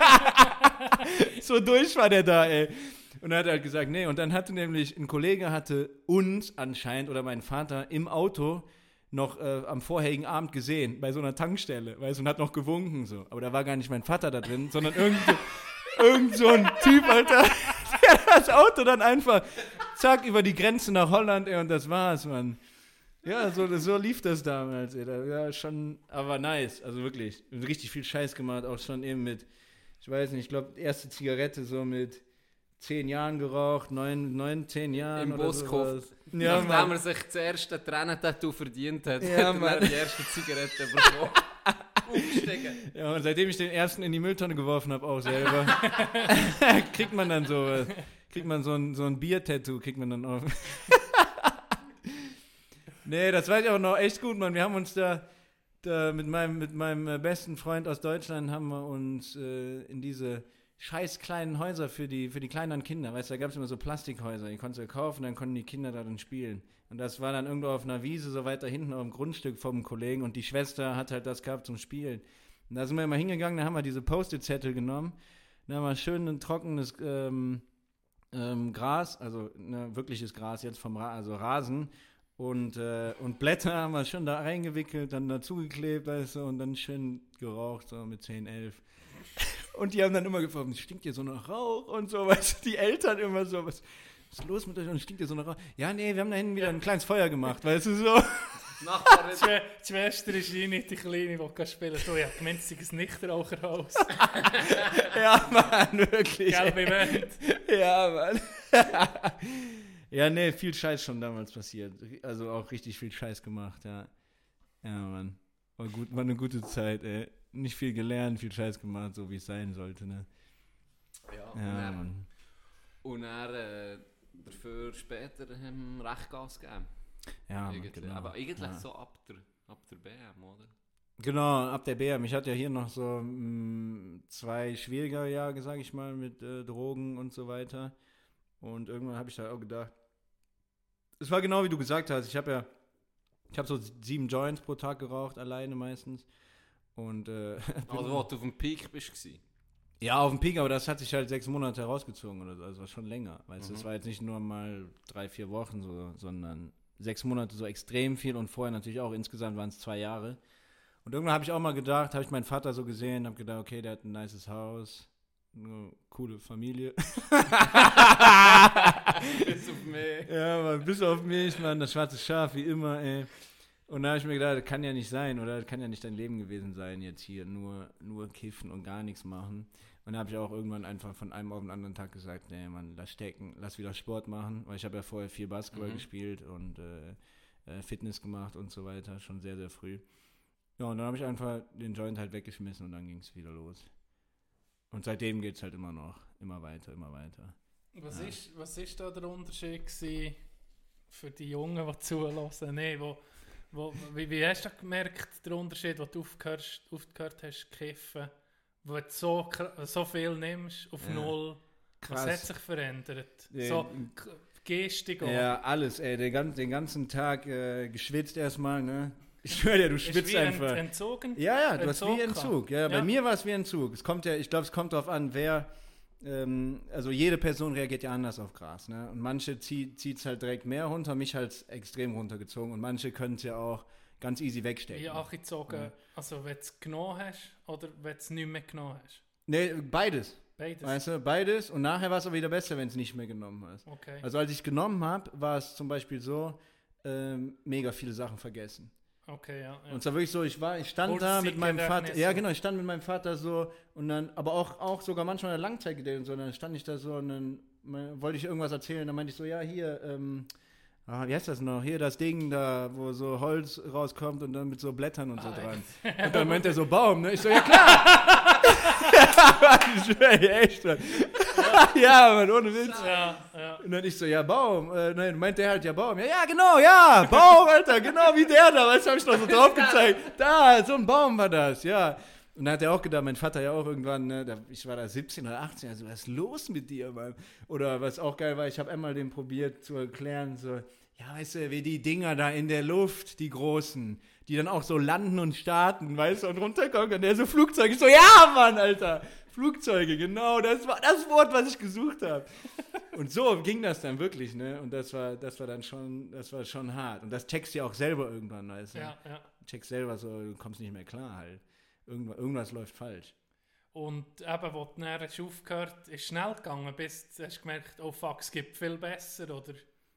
So durch war der da, ey. Und dann hat er halt gesagt, nee. Und dann hatte nämlich, ein Kollege hatte uns anscheinend oder meinen Vater im Auto noch äh, am vorherigen Abend gesehen, bei so einer Tankstelle, weißt du, und hat noch gewunken so. Aber da war gar nicht mein Vater da drin, sondern irgend so, irgend so ein Typ, Alter, der das Auto dann einfach zack, über die Grenze nach Holland, ey, und das war's, Mann. Ja, so, so lief das damals, ey. Ja, schon, aber nice, also wirklich. Richtig viel Scheiß gemacht, auch schon eben mit, ich weiß nicht, ich glaube, erste Zigarette so mit zehn Jahren geraucht, neun, neun, zehn Jahren Im oder Bus gekauft. Ja, Nachdem Mann. er sich das erste Tränentattoo verdient hat, Ja, hat er Mann. dann die erste Zigarette bekommen. Aufsteigen. Ja, und seitdem ich den ersten in die Mülltonne geworfen habe, auch selber, kriegt man dann so, kriegt man so ein, so ein Bier-Tattoo, kriegt man dann auf. Nee, das weiß ich auch noch echt gut, Mann. Wir haben uns da, da mit meinem, mit meinem äh, besten Freund aus Deutschland haben wir uns äh, in diese scheiß kleinen Häuser für die, für die kleineren Kinder, weißt du, da gab es immer so Plastikhäuser, die konntest du kaufen, dann konnten die Kinder da dann spielen. Und das war dann irgendwo auf einer Wiese, so weiter hinten auf dem Grundstück vom Kollegen und die Schwester hat halt das gehabt zum Spielen. Und da sind wir immer hingegangen, da haben wir diese Post-it-Zettel genommen, dann haben wir schön ein trockenes ähm, ähm, Gras, also ne, wirkliches Gras jetzt vom Ra- also Rasen, und, äh, und Blätter haben wir schon da reingewickelt, dann dazugeklebt, weißt du, und dann schön geraucht, so mit zehn, elf. Und die haben dann immer gefragt, stinkt hier so nach Rauch und so, weißt du, die Eltern immer so, was, was ist los mit euch und stinkt hier so nach Rauch? Ja, nee, wir haben da hinten wieder ein kleines Feuer gemacht, weißt du, so. Nachbarin. Die die Schwester ist die nicht die Kleine, die kann spielen kann. Ja, gemeint, es sei ein Nichtraucherhaus. Ja, Mann, wirklich. Gelbe Wand. Ja, Mann. Ja, nee, viel Scheiß schon damals passiert. Also auch richtig viel Scheiß gemacht, ja. Ja, Mann. War, gut, war eine gute Zeit, ey. Nicht viel gelernt, viel Scheiß gemacht, so wie es sein sollte, ne? Ja, und Ja, er, Mann. und er äh, dafür später ähm, recht Gas gegeben. Ja, Mann, Eigentlich. genau. Aber eigentlich Ja. so ab der, ab der B M, oder? Genau, ab der B M. Ich hatte ja hier noch so mh, zwei schwierigere Jahre, sag ich mal, mit äh, Drogen und so weiter. Und irgendwann habe ich da auch gedacht, es war genau wie du gesagt hast, ich habe ja, ich habe so sieben Joints pro Tag geraucht, alleine meistens. Und, äh, Also, wo du auf dem Peak bist. Gewesen. ja, auf dem Peak, aber das hat sich halt sechs Monate herausgezogen oder so, also war schon länger. Weißt du, Mhm. es war jetzt nicht nur mal drei, vier Wochen so, sondern sechs Monate so extrem viel und vorher natürlich auch, insgesamt waren es zwei Jahre. Und irgendwann habe ich auch mal gedacht, habe ich meinen Vater so gesehen, habe gedacht, okay, der hat ein nices Haus, eine coole Familie. Bis auf mich. Ja, Mann, bis auf mich, Mann, das schwarze Schaf, wie immer, ey. Und da habe ich mir gedacht, das kann ja nicht sein, oder? Das kann ja nicht dein Leben gewesen sein, jetzt hier nur, nur kiffen und gar nichts machen. Und da habe ich auch irgendwann einfach von einem auf den anderen Tag gesagt, nee, Mann, lass stecken, lass wieder Sport machen, weil ich habe ja vorher viel Basketball Mhm. gespielt und äh, äh, Fitness gemacht und so weiter, schon sehr, sehr früh. Ja, und dann habe ich einfach den Joint halt weggeschmissen und dann ging es wieder los. Und seitdem geht es halt immer noch, immer weiter, immer weiter. Was, Ja. ist, was ist da der Unterschied gewesen für die Jungen, die zulassen? Nee, wo, wo, wie, wie hast du gemerkt, der Unterschied, wo du aufgehört, aufgehört hast zu kiffen, wo du so, kr- so viel nimmst auf Ja. null? Was Krass. hat sich verändert? Ja, So K- Gestik auch. Ja, alles, ey, den ganzen, den ganzen Tag äh, geschwitzt erstmal, ne? Ich schwöre dir, du Ist schwitzt wie ent- einfach. entzogen? Ja, ja, du hast Entzug wie Entzug. Ja, bei Ja. mir war es wie Entzug. Es kommt ja, ich glaube, es kommt darauf an, wer, ähm, also jede Person reagiert ja anders auf Gras, ne? Und manche zieht es halt direkt mehr runter, mich halt extrem runtergezogen und manche können es ja auch ganz easy wegstecken. Wie angezogen, Ja. also wenn du es genommen hast oder wenn du es nicht mehr genommen hast? Nee, beides, Beides? weißt du, beides und nachher war es aber wieder besser, wenn es nicht mehr genommen hast. Okay. Also als ich es genommen habe, war es zum Beispiel so, ähm, mega viele Sachen vergessen. Okay, ja. ja. Und zwar wirklich so, ich war, ich stand da mit meinem Vater, Kurzzeitgedächtnis ja so. genau, ich stand mit meinem Vater so und dann, aber auch, auch sogar manchmal Langzeitgedächtnis und so, dann stand ich da so und dann me- wollte ich irgendwas erzählen, dann meinte ich so, ja hier, ähm, ah, wie heißt das noch, hier das Ding da, wo so Holz rauskommt und dann mit so Blättern und so Ah, dran. Und dann meint er so, Baum, ne? Ich so, ja klar! Ich schwör dir echt, Mann. Ja, Mann, ohne Witz. ja, ja. Und dann ich so, ja, Baum. Äh, nein, meint der halt, ja, Baum. Ja, ja, genau, ja, Baum, Alter, genau wie der da. Weißt du, hab ich noch so drauf gezeigt. Da, so ein Baum war das, ja. Und dann hat er auch gedacht, mein Vater ja auch irgendwann, ne, da, ich war da siebzehn oder achtzehn, also was ist los mit dir, Mann? Oder was auch geil war, ich habe einmal den probiert zu erklären, so, ja, weißt du, wie die Dinger da in der Luft, die großen, die dann auch so landen und starten, weißt du, und runterkommen und der so Flugzeuge. Ich so, ja, Mann, Alter, Flugzeuge, genau, das war das Wort, was ich gesucht habe. Und so ging das dann wirklich, ne? Und das war, das war dann schon, das war schon hart. Und das checkst du ja auch selber irgendwann, weißt du? ja, ja. Checkst selber so, du kommst nicht mehr klar halt. Irgendwas, irgendwas läuft falsch. Und eben, wo du dann hast aufgehört hast, ist es schnell gegangen, bis du hast gemerkt, oh fuck, es gibt viel besser, oder?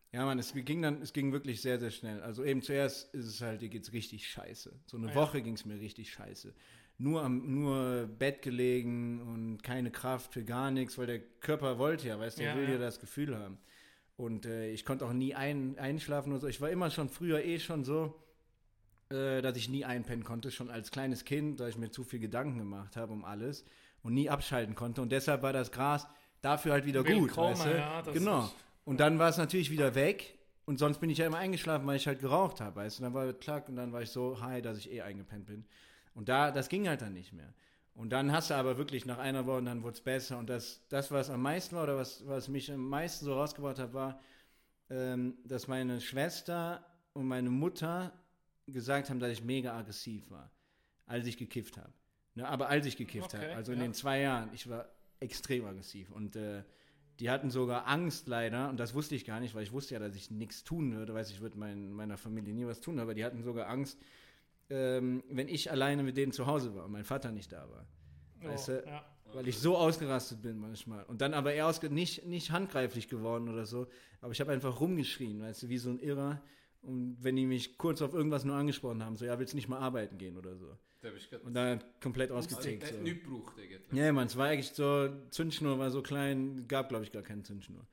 Ja, Mann, es ging dann, es ging wirklich sehr, sehr schnell. Also eben zuerst ist es halt, dir geht's richtig scheiße. So eine Ja. Woche ging es mir richtig scheiße. Nur am nur Bett gelegen und keine Kraft für gar nichts, weil der Körper wollte ja, weißt du, der Ja, will ja. ja das Gefühl haben. Und äh, ich konnte auch nie ein, einschlafen oder so. Ich war immer schon früher eh schon so, äh, dass ich nie einpennen konnte, schon als kleines Kind, da ich mir zu viel Gedanken gemacht habe um alles und nie abschalten konnte. Und deshalb war das Gras dafür halt wieder gut, Willkommen, weißt du? ja, das Genau. ist- Und dann war es natürlich wieder weg und sonst bin ich ja immer eingeschlafen, weil ich halt geraucht habe, weißt du? Dann war klack und dann war ich so high, dass ich eh eingepennt bin. Und da, das ging halt dann nicht mehr. Und dann hast du aber wirklich nach einer Woche, dann wurde es besser. Und das, das, was am meisten war oder was, was mich am meisten so rausgebracht hat, war, ähm, dass meine Schwester und meine Mutter gesagt haben, dass ich mega aggressiv war, als ich gekifft habe. Ne, aber als ich gekifft Okay, habe, also in ja. den zwei Jahren, ich war extrem aggressiv. Und äh, die hatten sogar Angst leider, und das wusste ich gar nicht, weil ich wusste ja, dass ich nichts tun würde, weiß ich würde mein, meiner Familie nie was tun, aber die hatten sogar Angst, ähm, wenn ich alleine mit denen zu Hause war und mein Vater nicht da war. Oh, Weißt du, ja. weil ich so ausgerastet bin manchmal. Und dann aber eher ausge nicht, nicht handgreiflich geworden oder so, aber ich habe einfach rumgeschrien, weißt du, wie so ein Irrer. Und wenn die mich kurz auf irgendwas nur angesprochen haben, so, ja, willst du nicht mal arbeiten gehen oder so. Da bist du Und dann komplett also, ausgetickt. So. nichts gebraucht eigentlich. Ja, Mann, es war eigentlich so, Zündschnur war so klein, gab, glaube ich, gar keine Zündschnur.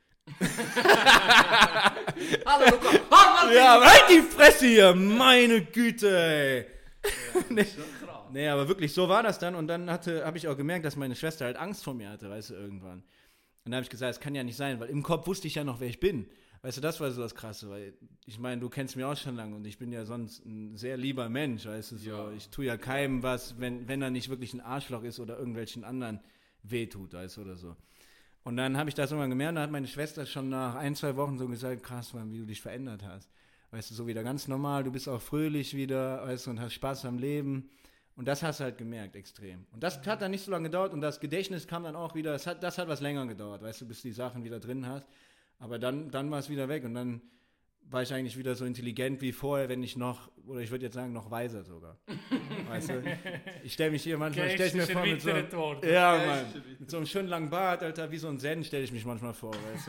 Hallo Luca! Hallo! Ja, aber halt die Fresse hier, meine Güte, ey. Das ist schon krass. Nee, aber wirklich, so war das dann. Und dann hatte, habe ich auch gemerkt, dass meine Schwester halt Angst vor mir hatte, weißt du, irgendwann. Und dann habe ich gesagt, es kann ja nicht sein, weil im Kopf wusste ich ja noch, wer ich bin. Weißt du, das war so das Krasse, weil ich meine, du kennst mich auch schon lange und ich bin ja sonst ein sehr lieber Mensch, weißt du, so. Ja. Ich tue ja keinem was, wenn, wenn er nicht wirklich ein Arschloch ist oder irgendwelchen anderen wehtut, weißt du, oder so. Und dann habe ich das irgendwann gemerkt, da hat meine Schwester schon nach ein, zwei Wochen so gesagt, krass, Mann, wie du dich verändert hast. Weißt du, so wieder ganz normal, du bist auch fröhlich wieder, weißt du, und hast Spaß am Leben. Und das hast du halt gemerkt, extrem. Und das hat dann nicht so lange gedauert und das Gedächtnis kam dann auch wieder, das hat, das hat was länger gedauert, weißt du, bis du die Sachen wieder drin hast. Aber dann, dann war es wieder weg und dann war ich eigentlich wieder so intelligent wie vorher, wenn nicht noch, oder ich würde jetzt sagen, noch weiser sogar. Weißt du? Ich stelle mich hier manchmal, stell ich mir vor mit so, erweitert worden. ja, Geist Mann, ist erweitert. mit so einem schönen langen Bart, Alter, wie so ein Zen stelle ich mich manchmal vor, weißt du.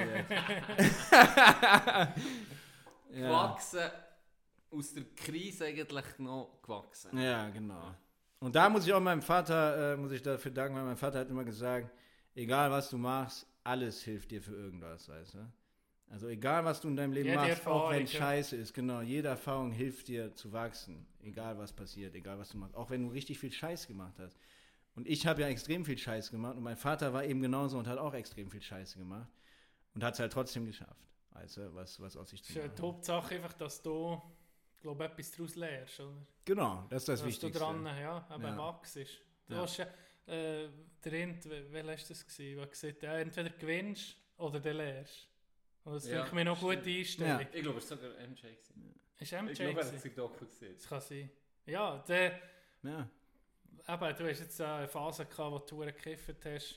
Ja, Gewachsen, aus der Krise eigentlich noch gewachsen. ja, genau. Und da muss ich auch meinem Vater, äh, muss ich dafür danken, weil mein Vater hat immer gesagt, egal was du machst, alles hilft dir für irgendwas, weißt du. Also egal, was du in deinem Leben Jede machst, auch wenn Erfahrung, es ja. scheiße ist, genau, jede Erfahrung hilft dir zu wachsen, egal was passiert, egal was du machst, auch wenn du richtig viel Scheiß gemacht hast. Und ich habe ja extrem viel Scheiß gemacht und mein Vater war eben genauso und hat auch extrem viel Scheiße gemacht und hat es halt trotzdem geschafft, weißt du, was, was aus sich Es zu ist ja machen. die Hauptsache einfach, dass du, glaube etwas daraus lernst, oder? Genau, das ist das dass Wichtigste. du dran, ja, aber Ja. wachst. Du Ja. hast ja, äh, der Int, welcher war das gewesen, der gesagt hat, ja, entweder gewinnst oder du lernst. Und das Ja, finde ich mir noch eine gute stimmt. Einstellung. Ich glaube, es war sogar M J. gewesen. Ist M J Ich glaube, er hat gewesen? sich Doku gesehen. Das kann sein. Ja, der, Ja. eben, du hast jetzt eine Phase gehabt, wo du gekifft hast.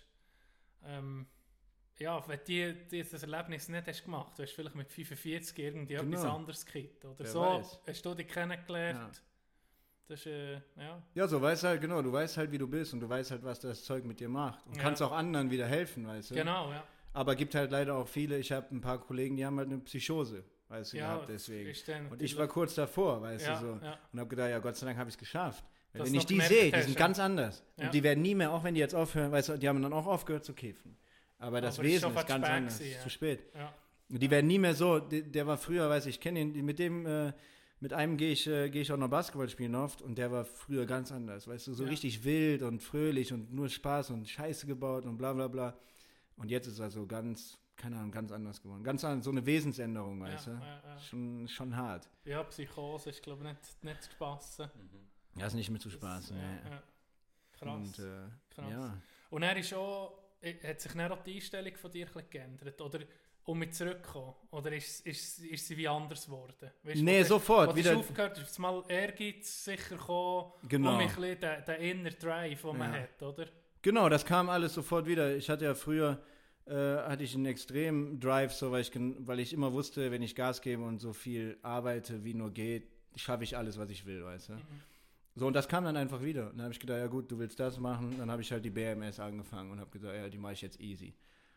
Ähm, ja, wenn du dieses Erlebnis nicht hast gemacht, du hast vielleicht mit fünfundvierzig irgendwie Genau. etwas anderes gekriegt. Oder Wer so weiß. hast du dich kennengelernt. Ja. Das ist, äh, ja. Ja, so weißt halt, genau, du weißt halt, wie du bist und du weißt halt, was das Zeug mit dir macht. Und Ja. kannst auch anderen wieder helfen, weißt du. Genau, ja. Aber gibt halt leider auch viele, ich habe ein paar Kollegen, die haben halt eine Psychose, weißt du, Ja, gehabt, deswegen. ist dann Und ich war kurz davor, weißt ja, du, so. ja. Und habe gedacht, ja, Gott sei Dank habe ich es geschafft. Weil Dass wenn du ich noch die gemerkt sehe, die hast, sind ja. ganz anders. Ja. Und die werden nie mehr, auch wenn die jetzt aufhören, weißt du, die haben dann auch aufgehört zu kiffen. Aber das Aber es ist Wesen schon ist fast ganz spät anders, gewesen, ist ja. zu spät. Ja. Und die werden nie mehr so, der, der war früher, weiß ich, ich kenne ihn, mit dem, äh, mit einem gehe ich, äh, geh ich auch noch Basketball spielen oft und der war früher ganz anders, weißt du, so Ja. richtig wild und fröhlich und nur Spaß und Scheiße gebaut und bla bla bla. Und jetzt ist er so ganz, keine Ahnung, ganz anders geworden. Ganz anders, so eine Wesensänderung, weißt Ja, du. ja, ja. Schon, schon hart. Ja, Psychose ist, glaube ich, nicht, nicht zu spassen. Mhm. Ja, ist nicht mehr zu Spaß, Das, ne. ja, ja. Krass. Und, äh, krass. ja. Und er ist auch, hat sich dann auch die Einstellung von dir ein bisschen geändert? Oder um mit zurückzukommen? Oder ist, ist, ist sie wie anders geworden? Weißt, Nee, wo du- sofort, wo du wieder- hast aufgehört, ist mal Ehrgeiz sicher gekommen, Genau. um ein bisschen den, den Inner Drive, den man Ja. hat, oder? Genau, das kam alles sofort wieder. Ich hatte ja früher, äh, hatte ich einen extremen Drive, so, weil ich, gen- weil ich immer wusste, wenn ich Gas gebe und so viel arbeite, wie nur geht, schaffe ich alles, was ich will, weißt du. Mhm. So, und das kam dann einfach wieder. Und dann habe ich gedacht, ja gut, du willst das machen. Dann habe ich halt die B M S angefangen und habe gesagt, ja, die mache ich jetzt easy.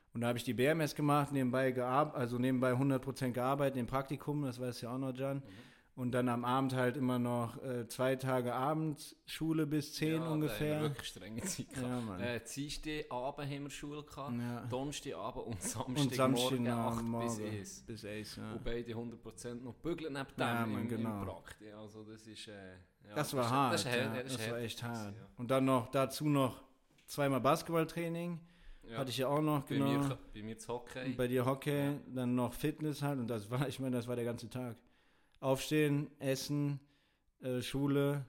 Und da habe ich die B M S gemacht, nebenbei gearbeitet, also nebenbei hundert Prozent gearbeitet im Praktikum, das weiß ja auch noch, Jan. Mhm. Und dann am Abend halt immer noch äh, zwei Tage Abendschule bis zehn ja, ungefähr. Ja, wirklich strenge Zeit gehabt. Ja, äh, Dienstagabend haben wir Schule gehabt, ja. Donnerstagabend und Samstagmorgen acht bis eins. Bis eins, ja. Und beide hundert Prozent noch bügeln neben dem ja, im, im genau. Praktik. Also das ist... Äh, ja, das war das hart, das, ist, ja, das, ist das war echt hart. Ja. Und dann noch dazu noch zweimal Basketballtraining. Ja. Hatte ich ja auch noch, bei genau. Mir, bei mir das Hockey. Und bei dir Hockey, ja. Dann noch Fitness halt. Und das war, ich meine, das war der ganze Tag. Aufstehen, Essen, äh, Schule,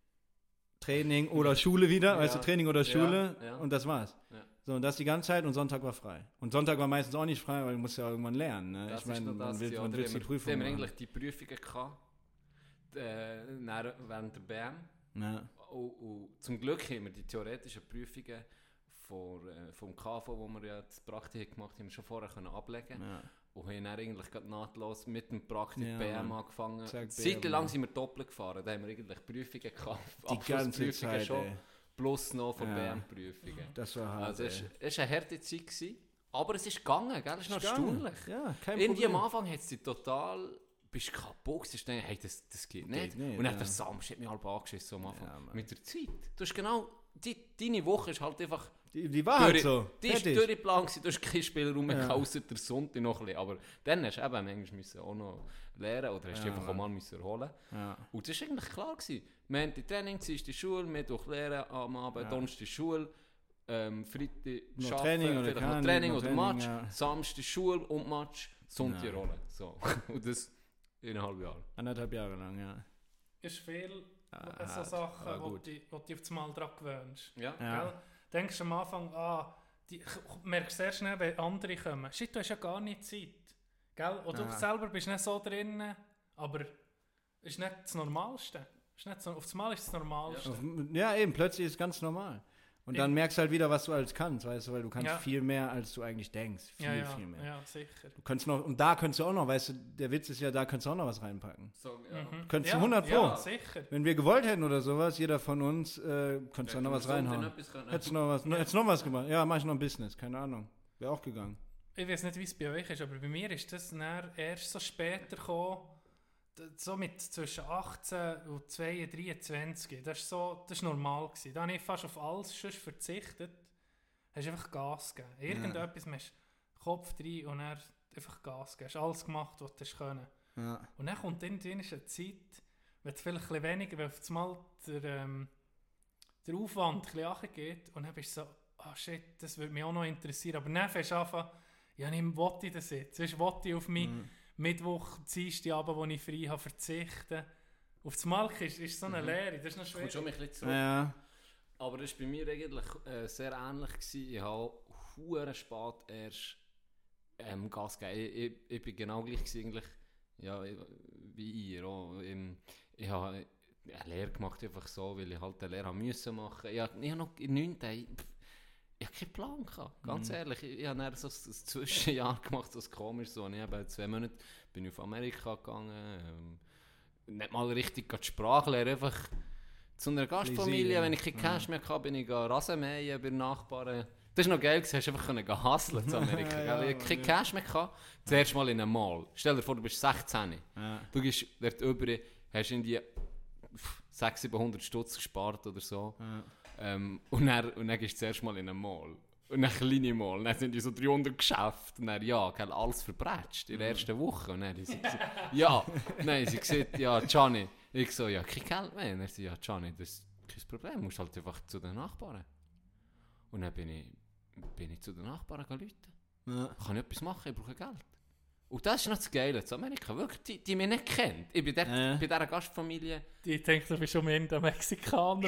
Training oder Schule wieder, ja. Weißt du, Training oder Schule ja, ja. Und das war's. Ja. So, und das die ganze Zeit und Sonntag war frei. Und Sonntag war meistens auch nicht frei, weil du musst ja irgendwann lernen. Ne? Das ich meine, man das, will, ja, man will die Prüfung Wir haben machen. eigentlich die Prüfungen gehabt, äh, während der B M. Ja. Und, und zum Glück haben wir die theoretischen Prüfungen vor, äh, vom K V, wo wir ja das Praktik gemacht haben, haben wir schon vorher können ablegen Ja. Und haben dann eigentlich gerade nahtlos mit dem Praktik Ja, B M angefangen. Seit lang sind wir doppelt gefahren, da haben wir eigentlich Prüfungen gehabt. Die ganze Zeit, schon, ey. plus noch von ja. B M-Prüfungen. Das war hart, also es war eine harte Zeit gewesen, aber es ist gegangen, gell? Es ist noch erstaunlich. Ja, kein Irgendwie Problem. am Anfang hat es dich total... bist du kaputt, du denkst, hey, das, das geht nicht. Geht nicht und dann ja. der Samstag hat mich halb angeschissen am Anfang. Ja, mit der Zeit. Du hast genau, die, deine Woche ist halt einfach... Die, die war halt so. Die ist durchgeplant gewesen, du hast keinen Spielraum mehr, ja. außer der Sonntag noch ein bisschen. Aber dann hast du eben manchmal müssen auch noch lernen oder hast ja, dich einfach auch mal müssen erholen. Ja. Und das war eigentlich klar gewesen. Wir haben die Training, Dienstag die Schule, Mittwoch lernen, am Abend, ja. Donnerstag Schule, ähm, Freitag noch arbeiten, Training oder, vielleicht noch Training oder Training, Match, ja. Samstag Schule und Match, Sonntag ja. Rollen. So. Und das eineinhalb Jahre. Anderthalb Jahre lang, ja. Ist viel ah, so Sachen, ah, wo du wo dich auf das Mal dran gewöhnst. Ja. Ja. Denkst du am Anfang, ah, die, merkst sehr schnell, wenn andere kommen. Shit, du hast ja gar nicht Zeit. Gell? Und du ja. selber bist nicht so drin, aber es ist nicht das Normalste. Ist nicht so, auf das Mal ist es das Normalste. Ja, ja, eben, plötzlich ist es ganz normal. Und dann merkst du halt wieder, was du alles kannst, weißt du, weil du kannst ja. viel mehr, als du eigentlich denkst. Viel, ja, ja, viel mehr. Ja, sicher. Du kannst noch, und da könntest du auch noch, weißt du, der Witz ist ja, da kannst du auch noch was reinpacken. So, ja. Mhm. Könntest ja, du hundert Pro. Ja, sicher. Wenn wir gewollt hätten oder sowas, jeder von uns, äh, könntest du noch was reinhauen. Hättest du noch was, ja. hättest noch was gemacht? Ja, mach ich noch ein Business, keine Ahnung. Wäre auch gegangen. Ich weiß nicht, wie es bei euch ist, aber bei mir ist das erst so später gekommen, so mit zwischen achtzehn und zweiunddreißig, dreiundzwanzig. Das war so, das war normal gewesen. Da habe ich fast auf alles schon verzichtet. Hast einfach Gas gegeben. Irgendetwas, ja. hast Kopf rein und dann einfach Gas gegeben. Hast alles gemacht, was du können. Ja. Und dann kommt irgendwann eine Zeit, wenn es vielleicht ein bisschen weniger, weil auf einmal der, ähm, der Aufwand ein bisschen runtergeht und dann bist du so, ah oh shit, das würde mich auch noch interessieren. Aber dann fängst du an, ja, nimm, will ich das jetzt? Weißt, will ich auf mich mhm. Mittwoch, Dienstagabend, wo ich frei habe, verzichten? Auf das Mal ist es so eine mhm. Leere, das ist noch schwer. Schon ein bisschen zurück. Ja. Aber das war bei mir eigentlich äh, sehr ähnlich gewesen. Ich habe verdammt spät erst ähm, Gas gegeben. Ich, ich, ich bin genau gleich gewesen, eigentlich, ja, wie ihr. Auch. Ich, ich habe eine Lehre gemacht, einfach so, weil ich halt eine Lehre haben müssen machen. Ich habe, ich habe noch in neunten Ich hatte keinen Plan gehabt, ganz mhm. ehrlich. Ich, ich habe dann so ein, ein Zwischenjahr gemacht, so komisch. So. Ich habe zwei Monate bin ich auf Amerika gegangen. Ähm, nicht mal richtig die Sprache lernen, einfach zu einer Gastfamilie. Wenn ich keinen Cash mehr hatte, bin ich Rasenmähen bei Nachbarn. Das war noch geil, du hast einfach hasseln in Amerika. ja, ja, ich hatte keinen Cash mehr gehabt. Zuerst mal in einem Mall. Stell dir vor, du bist sechzehn. Ja. Du gehst dort über, hast in die sechshundert, siebenhundert Stutz gespart oder so. Ja. Ähm, und, dann, und dann gehst du zuerst mal in einen Mall. Und dann kleine Mall. Und dann sind die so dreihundert Geschäfte. Und dann, ja, alles verbrätscht in der ersten Woche. Und dann haben sie gesagt, ja, nein, sie gesagt, ja, Gianni. Ich so, ja, kein Geld mehr. Und er so, ja, Gianni, das ist kein Problem. Du musst halt einfach zu den Nachbarn. Und dann bin ich, bin ich zu den Nachbarn gerufen. Ja. Kann ich etwas machen? Ich brauche Geld. Und das ist noch das Geile in Amerika, wirklich, die, die mich nicht kennt. Ich bin dort, äh. bei dieser Gastfamilie. Die denkt, du bist schon mehr der Mexikaner.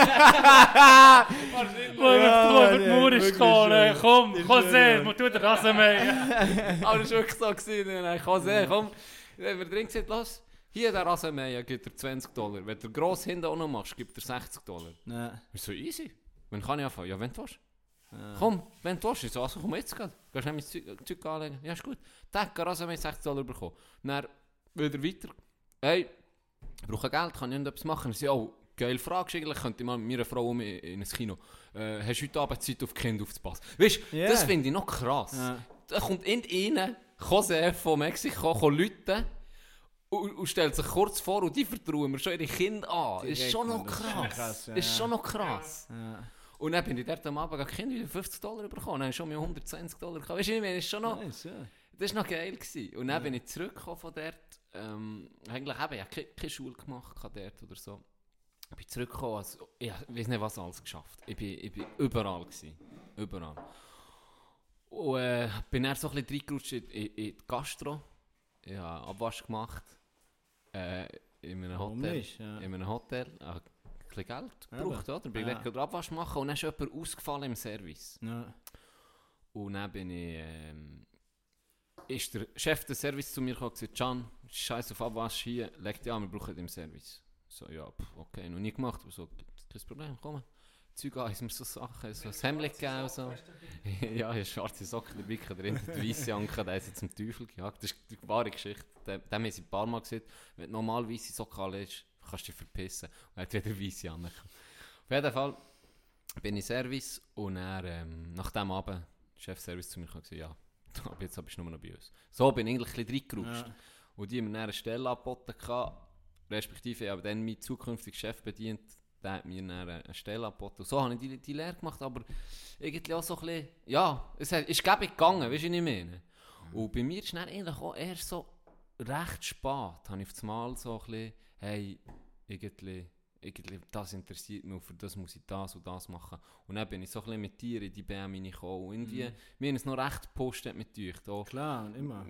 Wahrscheinlich. Wo über die Mauer ist gekommen. Komm, José, man tut den Rasen mähen. Aber das war wirklich so gewesen. José, komm. Wir haben drin gesagt, los, hier der Rasenmäher gibt er zwanzig Dollar. Wenn du gross hinten auch noch machst, gibt er sechzig Dollar. Ja. Ist so easy. Wann kann ich anfangen? Ja, wenn du willst. Ja. Komm, wenn du willst. Ich so, also komm jetzt gerade. Gehst du nicht mein Zeug anlegen? Ja, ist gut. Tag, Rasenmäher sechzig Dollar bekommen. Dann wieder weiter. Hey, ich brauche Geld, kann ich nicht etwas machen? Ich so, oh, geil. Fragst eigentlich, könnte ich mal mit meiner Frau um in ein Kino. Äh, hast du heute Abend Zeit auf die Kinder aufzupassen? Weißt du, Yeah. das finde ich noch krass. Ja. Da kommt irgendeiner, Jose von Mexiko, kann läuten und, und stellt sich kurz vor und die vertrauen mir schon ihre Kinder an. Direkt, ist schon noch Mann, das ist krass. schon krass, ja, ist ja. schon noch krass. Ja. Und dann bin ich dort am Abend an Kinder wieder fünfzig Dollar bekommen. Dann habe ich schon mal hundertzwanzig Dollar gehabt. Weißt du, ich meine, das ist schon noch... Nice, ja. Das war noch geil. Gewesen. Und dann Ja. bin ich zurückgekommen von dort. Ähm, eigentlich eben, ich habe keine, keine Schule gemacht dort oder so. Ich bin zurückgekommen, also, ich weiß nicht, was alles geschafft. Ich bin, ich bin überall gewesen. Überall. Und äh, bin dann so ein bisschen reingerutscht in, in, in die Gastro. Ich habe Abwasch gemacht. Äh, in einem Warum Hotel. nicht, ja. In einem Hotel. Ich habe ein bisschen Geld Ja, gebraucht, oder? Bin ja. ich ja. Abwasch machen und dann ist jemand ausgefallen im Service. Ja. Und dann bin ich, ähm, ist der Chef des Service zu mir gekommen und gesagt, Can, scheiß auf Abwasch hier, legt ja an, wir brauchen den im Service. So, ja, pff, okay, noch nie gemacht, aber so, kein Problem, komm. Zeug an, ist mir so Sachen, so ein Hemd gegeben und so. Ja, eine schwarze Socken dabei, der hinter die weisse Anke, der ist jetzt zum Teufel gejagt. Das ist die wahre Geschichte. Dem haben sie ein paar Mal gesagt, wenn du normal weisse Socken anlegst, kannst du dich verpissen. Und er hat wieder weisse Anke. Auf jeden Fall bin ich Service und er, ähm, nach dem Abend, Chef-Service zu mir gesagt, ja, ab jetzt bist du nur noch bei uns. So bin ich eigentlich ein bisschen reingerutscht. Ja. Und die haben mir dann eine Stelle angeboten, respektive ich habe dann meinen zukünftigen Chef bedient, der hat mir dann eine Stelle angeboten. Und so habe ich die, die Lehre gemacht, aber irgendwie auch so ein bisschen, ja, es hat, ist gäbig gegangen, weißt du, was ich meine? Und bei mir ist dann eigentlich auch erst so recht spät, habe ich auf das Mal so ein bisschen, hey, irgendwie, irgendwie, das interessiert mich, und für das muss ich das und das machen. Und dann bin ich so ein bisschen mit dir in die B M reingekommen. Und irgendwie, Mhm. wir haben es noch recht gepostet mit euch. Da. Klar, und immer.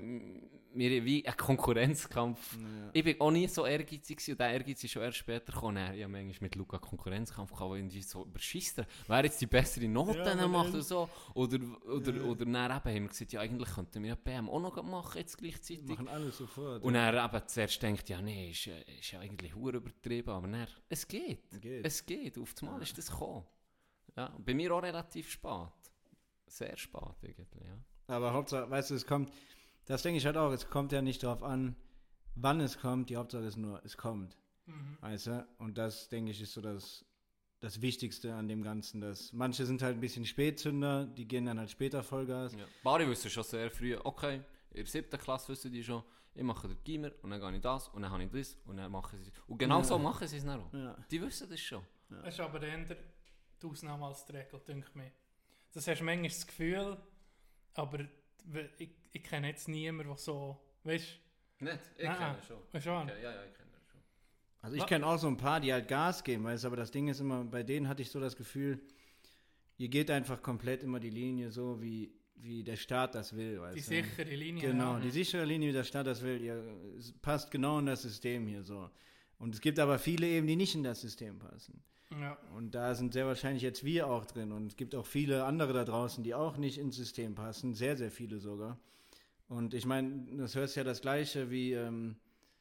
Wir wie ein Konkurrenzkampf. Ja. Ich bin auch nie so ehrgeizig gewesen, und der Ehrgeiz ist schon erst später gekommen. Ich habe manchmal mit Luca Konkurrenzkampf gehabt, wo irgendwie so überschisst, wer jetzt die bessere Noten Ja, macht dann- oder so. Oder, oder, Ja. oder dann eben haben wir gesagt, ja eigentlich könnten wir ja B M auch noch machen, jetzt gleichzeitig. Machen alles sofort. Und er eben zuerst denkt, ja nee, ist, äh, ist ja eigentlich hure übertrieben, aber dann, es geht. Geht. Es geht, auf das Mal ist das gekommen. Ja, und bei mir auch relativ spät. Sehr spät irgendwie, ja. Aber Hauptsache, weißt du, es kommt, das denke ich halt auch, es kommt ja nicht darauf an, wann es kommt, die Hauptsache ist nur, es kommt. Mhm. Weißt du? Und das, denke ich, ist so das, das Wichtigste an dem Ganzen. Dass manche sind halt ein bisschen Spätzünder, die gehen dann halt später Vollgas. Ja. Bari wissen schon sehr früh, okay, in der siebten Klasse wissen die schon, ich mache den Gimmer und dann gehe ich das und dann habe ich das und dann machen sie es. Und genau Ja. so machen sie es dann auch. Ja. Die wissen das schon. Das ist aber eher die Ausnahme als die Regel, denke ich mir. Das hast du manchmal das Gefühl, aber w- ich, ich kenne jetzt niemanden, der so, weißt Nicht? Ich Nein. kenne schon. du, weißt du was? Okay, ja, ja, ich kenne schon. Also ich Wa- kenne auch so ein paar, die halt Gas geben, weißt du, aber das Ding ist immer, bei denen hatte ich so das Gefühl, ihr geht einfach komplett immer die Linie so, wie, wie der Staat das will, weißt Die du. sichere Linie. Genau, ja. die sichere Linie, wie der Staat das will, ihr, es passt genau in das System hier so. Und es gibt aber viele eben, die nicht in das System passen. Ja. Und da sind sehr wahrscheinlich jetzt wir auch drin. Und es gibt auch viele andere da draußen, die auch nicht ins System passen. Sehr, sehr viele sogar. Und ich meine, das hörst ja das Gleiche wie, ähm,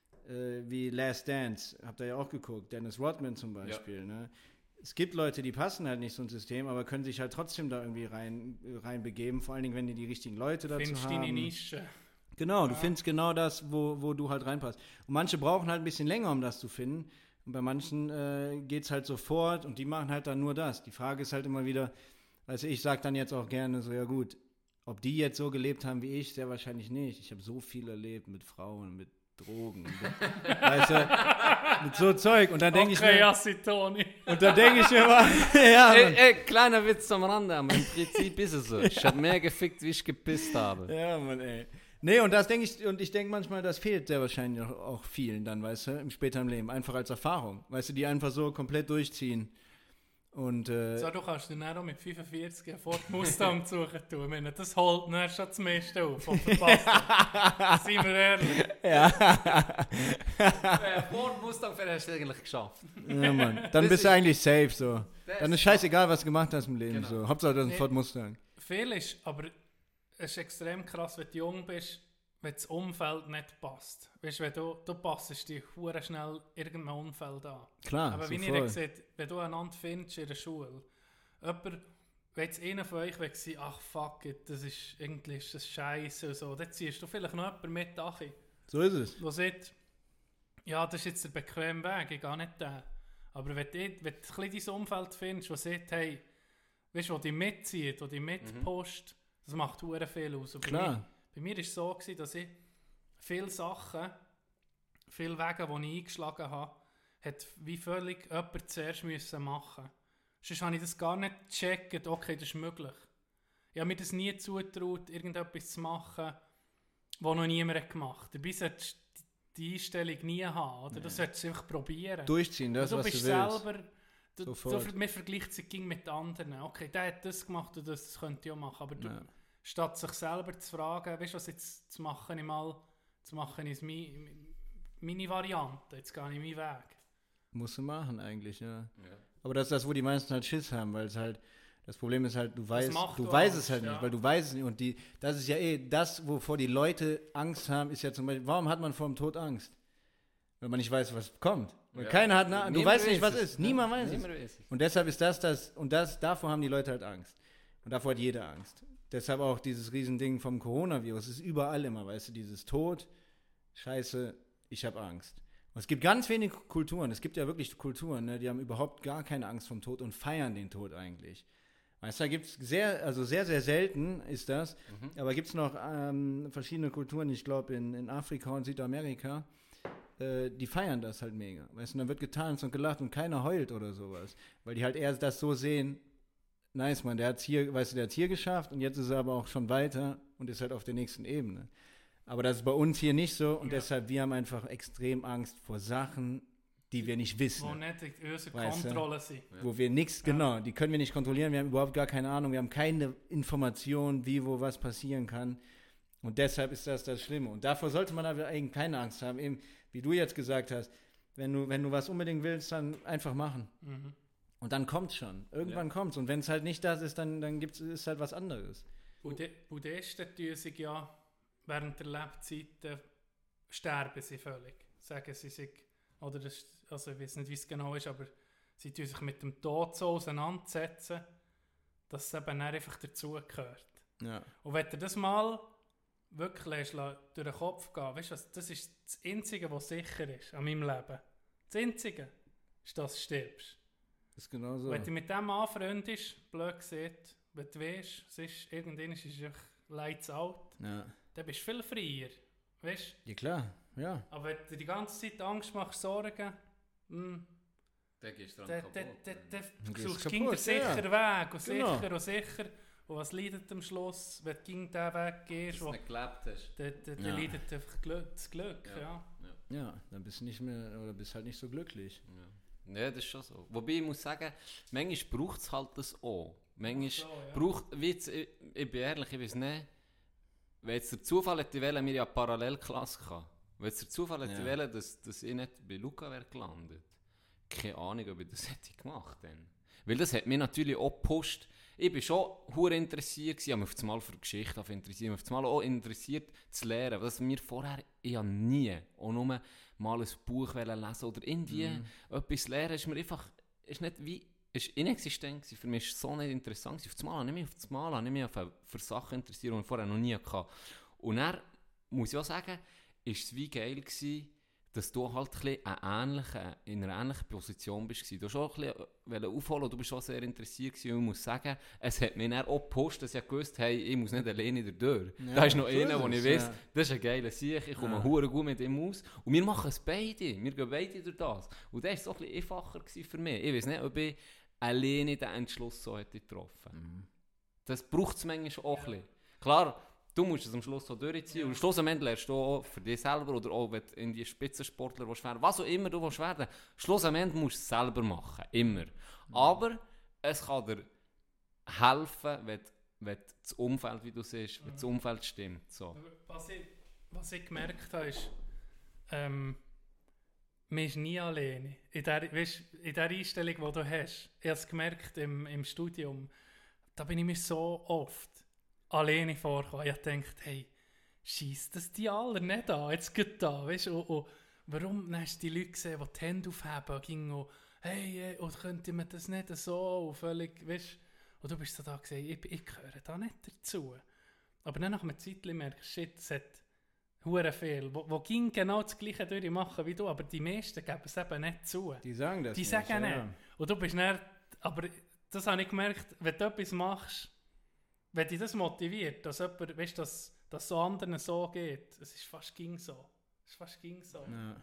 äh, wie Last Dance. Habt ihr ja auch geguckt. Dennis Rodman zum Beispiel. Ne? Es gibt Leute, die passen halt nicht so ins System, aber können sich halt trotzdem da irgendwie rein, reinbegeben. Vor allen Dingen, wenn die die richtigen Leute dazu Findest du haben. deine Nische? Genau, du Ja. findest genau das, wo, wo du halt reinpasst. Und manche brauchen halt ein bisschen länger, um das zu finden. Und bei manchen äh, geht es halt sofort und die machen halt dann nur das. Die Frage ist halt immer wieder, also ich sage dann jetzt auch gerne so, ja gut, ob die jetzt so gelebt haben wie ich, sehr wahrscheinlich nicht. Ich habe so viel erlebt mit Frauen, mit Drogen, mit, weißt du, mit so Zeug. Und dann denke Okay, ich mir, Assi, Toni. und dann denke ich mir mal, ja, Ey, Mann. ey, kleiner Witz am Rande, aber im Prinzip ist es so. Ich habe mehr gefickt, wie ich gepisst habe. Ja, Mann, ey. Nee, und das denke ich, und ich denke manchmal, das fehlt sehr wahrscheinlich auch, auch vielen dann, weißt du, im späteren Leben, einfach als Erfahrung, weißt du, die einfach so komplett durchziehen. Und, äh, So, du kannst dir dann auch mit fünfundvierzig einen Ford Mustang suchen tun. Ich meine, das holt dann schon das meiste auf. Und verpasst. Seien wir ehrlich. Äh, Ford Mustang hast du eigentlich geschafft. ja, Mann, dann Das bist ist- du eigentlich safe, so. Das Dann ist ist- scheißegal, was du gemacht hast im Leben, Genau. so. Hauptsache, du hast einen Nee. Ford Mustang. Viel ist, aber es ist extrem krass, wenn du jung bist, wenn das Umfeld nicht passt. Weißt du, wenn du, du passest dich hure schnell irgendeinem Umfeld an. Klar, aber so wie ich voll. dir gesagt, wenn du einander findest in der Schule, jemand, wenn jetzt einer von euch wäre, ach fuck it, das ist, irgendwie ist das scheiße und so, dann ziehst du vielleicht noch jemanden mit, Achi, So ist es. der sagt, ja, das ist jetzt der bequeme Weg, ich gehe nicht den. Aber wenn du, wenn du ein bisschen dein Umfeld findest, das sagt, hey, weißt du, wo dich mitzieht, wo dich mitpostet, mhm. das macht verdammt viel aus. Und Klar. Bei mir, bei mir war es so, gewesen, dass ich viele Sachen, viele Wege, die ich eingeschlagen habe, hat wie völlig jemand zuerst müssen machen. Sonst habe ich das gar nicht gecheckt, okay, das ist möglich. Ich habe mir das nie zugetraut, irgendetwas zu machen, was noch niemand gemacht hat. Dabei solltest du die Einstellung nie haben, oder? Ja. Das solltest du einfach probieren. Durchziehen, das, du was bist du willst. Selber, du, du, man vergleicht sich mit anderen. Okay, der hat das gemacht und das könnte ich auch machen. Aber du, ja. statt sich selber zu fragen, weißt du was, jetzt zu machen ich mal, zu machen ist meine, meine Variante, jetzt gehe ich meinen Weg. Musst du machen eigentlich, ja. ja. Aber das ist das, wo die meisten halt Schiss haben, weil es halt, das Problem ist halt, du weißt, du, du weißt es halt ja. nicht, weil du weißt es nicht. Und die, das ist ja eh, das, wovor die Leute Angst haben, ist ja zum Beispiel, warum hat man vor dem Tod Angst? Wenn man nicht weiß, was kommt. Weil ja. keiner hat, na, du weißt nicht, was es ist. Niemand weiß Niemand es. es. Und deshalb ist das das, und das, davor haben die Leute halt Angst. Und davor hat jeder Angst. Deshalb auch dieses Riesending vom Coronavirus, ist überall immer, weißt du, dieses Tod, Scheiße, ich habe Angst. Und es gibt ganz wenige Kulturen, es gibt ja wirklich Kulturen, ne, die haben überhaupt gar keine Angst vom Tod und feiern den Tod eigentlich. Weißt du, da gibt es sehr, also sehr, sehr selten ist das, mhm. aber gibt es noch ähm, verschiedene Kulturen, ich glaube in, in Afrika und Südamerika, äh, die feiern das halt mega. Weißt du, dann wird getanzt und gelacht und keiner heult oder sowas, weil die halt eher das so sehen, nice, man, der hat's hier, weißt du, der hat's hier geschafft und jetzt ist er aber auch schon weiter und ist halt auf der nächsten Ebene. Aber das ist bei uns hier nicht so und ja. deshalb, wir haben einfach extrem Angst vor Sachen, die wir nicht wissen. Wo nicht unsere Kontrolle sind. Wo wir nichts, ja. genau, die können wir nicht kontrollieren, wir haben überhaupt gar keine Ahnung, wir haben keine Information, wie, wo, was passieren kann. Und deshalb ist das das Schlimme. Und davor sollte man aber eigentlich keine Angst haben. Eben, wie du jetzt gesagt hast, wenn du, wenn du was unbedingt willst, dann einfach machen. Mhm. Und dann kommt's schon. Irgendwann ja. kommt's. Und wenn es halt nicht das ist, dann, dann gibt's, ist halt was anderes. Buddhisten tun sich ja während der Lebzeit äh, sterben sie völlig. Sagen sie sich, oder das, also ich weiß nicht, wie es genau ist, aber sie tun sich mit dem Tod so auseinandersetzen, dass es eben einfach dazugehört. Ja. Und wenn du das mal wirklich lässt, durch den Kopf gehen, weißt du, das ist das Einzige, was sicher ist an meinem Leben. Das Einzige ist, dass du stirbst. Das ist genau so. Wenn du mit dem anfreundest, blöd gesagt, wenn du weißt, es ist, irgendwann ist es lights out, ja. dann bist du viel freier. Weißt? Ja klar, ja. Aber wenn du die ganze Zeit Angst machst, Sorgen, mh, dann gehst du dran kaputt. Du suchst den sicheren ja. Weg und genau. sicher und sicher. Und was leidet am Schluss, wenn du diesen Weg gehst, wo du nicht gelebt hast? Dann, dann ja. leidet einfach Glück, das Glück, ja. Ja. ja. ja, dann bist du nicht mehr, oder bist halt nicht so glücklich. Ja, ja das ist schon so. Wobei ich muss sagen, manchmal braucht es halt das auch. Manchmal so, ja. braucht, wie jetzt, ich, ich bin ehrlich, ich weiß nicht, wenn jetzt der Zufall hätte wollen, wir ja Parallelklasse hatten. Wenn jetzt der Zufall hätte ja. wollen, dass, dass ich nicht bei Luca wäre gelandet. Keine Ahnung, ob ich das hätte gemacht dann. Weil das hat mich natürlich auch gepusht. Ich war schon hure interessiert, ich habe mich auf das Mal für Geschichte interessiert, ich habe mich auf das Mal auch interessiert zu lernen. Was mir vorher, ich habe nie auch nur mal ein Buch lesen oder irgendwie mm. etwas lernen, ist mir einfach, ist nicht wie, ist inexistent gewesen. Für mich ist es so nicht interessant. Auf das Mal habe ich mich auf das Mal habe ich mich für, für Sachen interessiert, die ich vorher noch nie hatte. Und dann, muss ich auch sagen, ist es wie geil gewesen, dass du halt ein ähnliche, in einer ähnlichen Position bist. Du hast auch ein bisschen aufholen, du bist auch sehr interessiert gewesen. Und ich muss sagen, es hat mich dann auch gepusht, dass ich gewusst habe, hey, ich muss nicht alleine da durch. Ja, da ist noch einer, wo ich weiss, ja. das ist ein geiler Sieg, ich komme ja. gut mit ihm aus. Und wir machen es beide, wir gehen beide durch das. Und das war so ein bisschen einfacher gewesen für mich. Ich weiss nicht, ob ich alleine den Entschluss so hätte getroffen. Mhm. Das braucht es manchmal auch ein bisschen. Klar, du musst es am Schluss so durchziehen. Ja. Und schlussendlich lernst du auch für dich selber oder auch wenn du in die Spitzensportler willst werden, was auch immer du willst werden, schlussendlich musst du es selber machen. Immer. Mhm. Aber es kann dir helfen, wenn, wenn das Umfeld, wie du siehst, wenn das Umfeld stimmt. So. Was, ich, was ich gemerkt habe, ist, ähm, man ist nie alleine. In der, weißt, in der Einstellung, die du hast, ich habe es gemerkt im, im Studium, da bin ich mir so oft alleine vorgekommen. Ich dachte, hey, scheisst das die alle nicht an, jetzt geht da, weißt du, und, und warum hast du die Leute gesehen, die die Hände aufheben, ging und, hey, und könnte man das nicht so, und völlig, weißt du, und du bist so da gesehen, ich, ich gehöre da nicht dazu. Aber dann nach einer Zeit merkst du, shit, es hat, Hure viel, wo, wo ging genau das Gleiche durchmachen wie du, aber die meisten geben es eben nicht zu. Die sagen das Die nicht. sagen ja. nicht. Und du bist nicht, aber das habe ich gemerkt, wenn du etwas machst, wenn dich das motiviert, dass jemand, weißt, dass dass so anderen so geht, es ist fast ging so. Es ist fast ging so. Ja.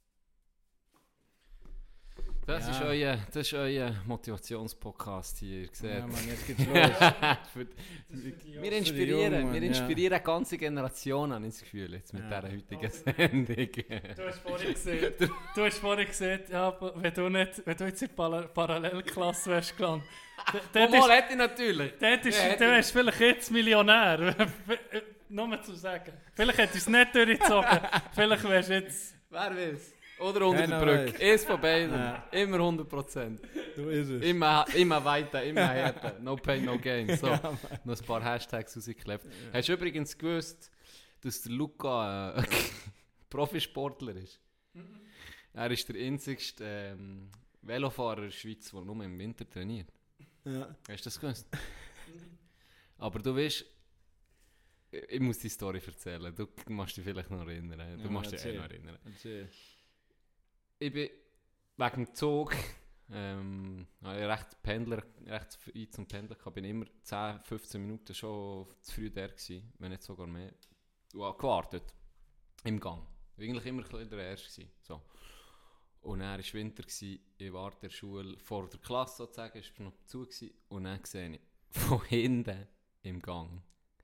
Das, Ja. ist euer, das ist euer Motivationspodcast hier, ihr seht. Ja, Mann, jetzt geht's los. Für- Das ist für die wir auch- inspirieren, Jungen, wir ja. inspirieren eine ganze Generation, habe ich das Gefühl, jetzt mit Ja. dieser heutigen Sendung. Du hast vorhin gesehen, du hast vorhin gesehen, ja, aber wenn du, nicht, wenn du jetzt in die Parallel- Parallelklasse wärst gelandet, d- Oh, dort mal ist, hätte ich natürlich. dort ist, Ja, du hätte- wärst vielleicht jetzt Millionär. Nur mal zu sagen. Vielleicht hättest du es nicht durchgezogen. Vielleicht wärst du jetzt... Wer weiß. Oder unter Keiner der Brücke. weiß. Eins von beiden. Ja. Immer hundert Prozent. So ist es. Immer, immer weiter, immer härter. No pain, no gain. So, Ja, Mann. noch ein paar Hashtags rausgeklebt. Hast du übrigens gewusst, dass der Luca äh, Profisportler ist? Er ist der einzigste ähm, Velofahrer in der Schweiz, der nur im Winter trainiert. Ja. Hast du das gewusst? Aber du weißt, ich ich muss die Story erzählen. Du musst dich vielleicht noch erinnern. Du Ja, musst dich eh erzähl. noch erinnern. Erzähl. Ich bin wegen dem Zug ähm, habe ich recht Pendler, recht früh zum Pendeln gehabt. Bin immer zehn, fünfzehn Minuten schon zu früh da gewesen, wenn nicht sogar mehr. Und habe gewartet. Im Gang. Eigentlich immer ein bisschen der Erste gewesen. So. Und dann war es Winter, gewesen, ich warte in der Schule vor der Klasse sozusagen, es war noch zu gewesen, und dann sehe ich von hinten im Gang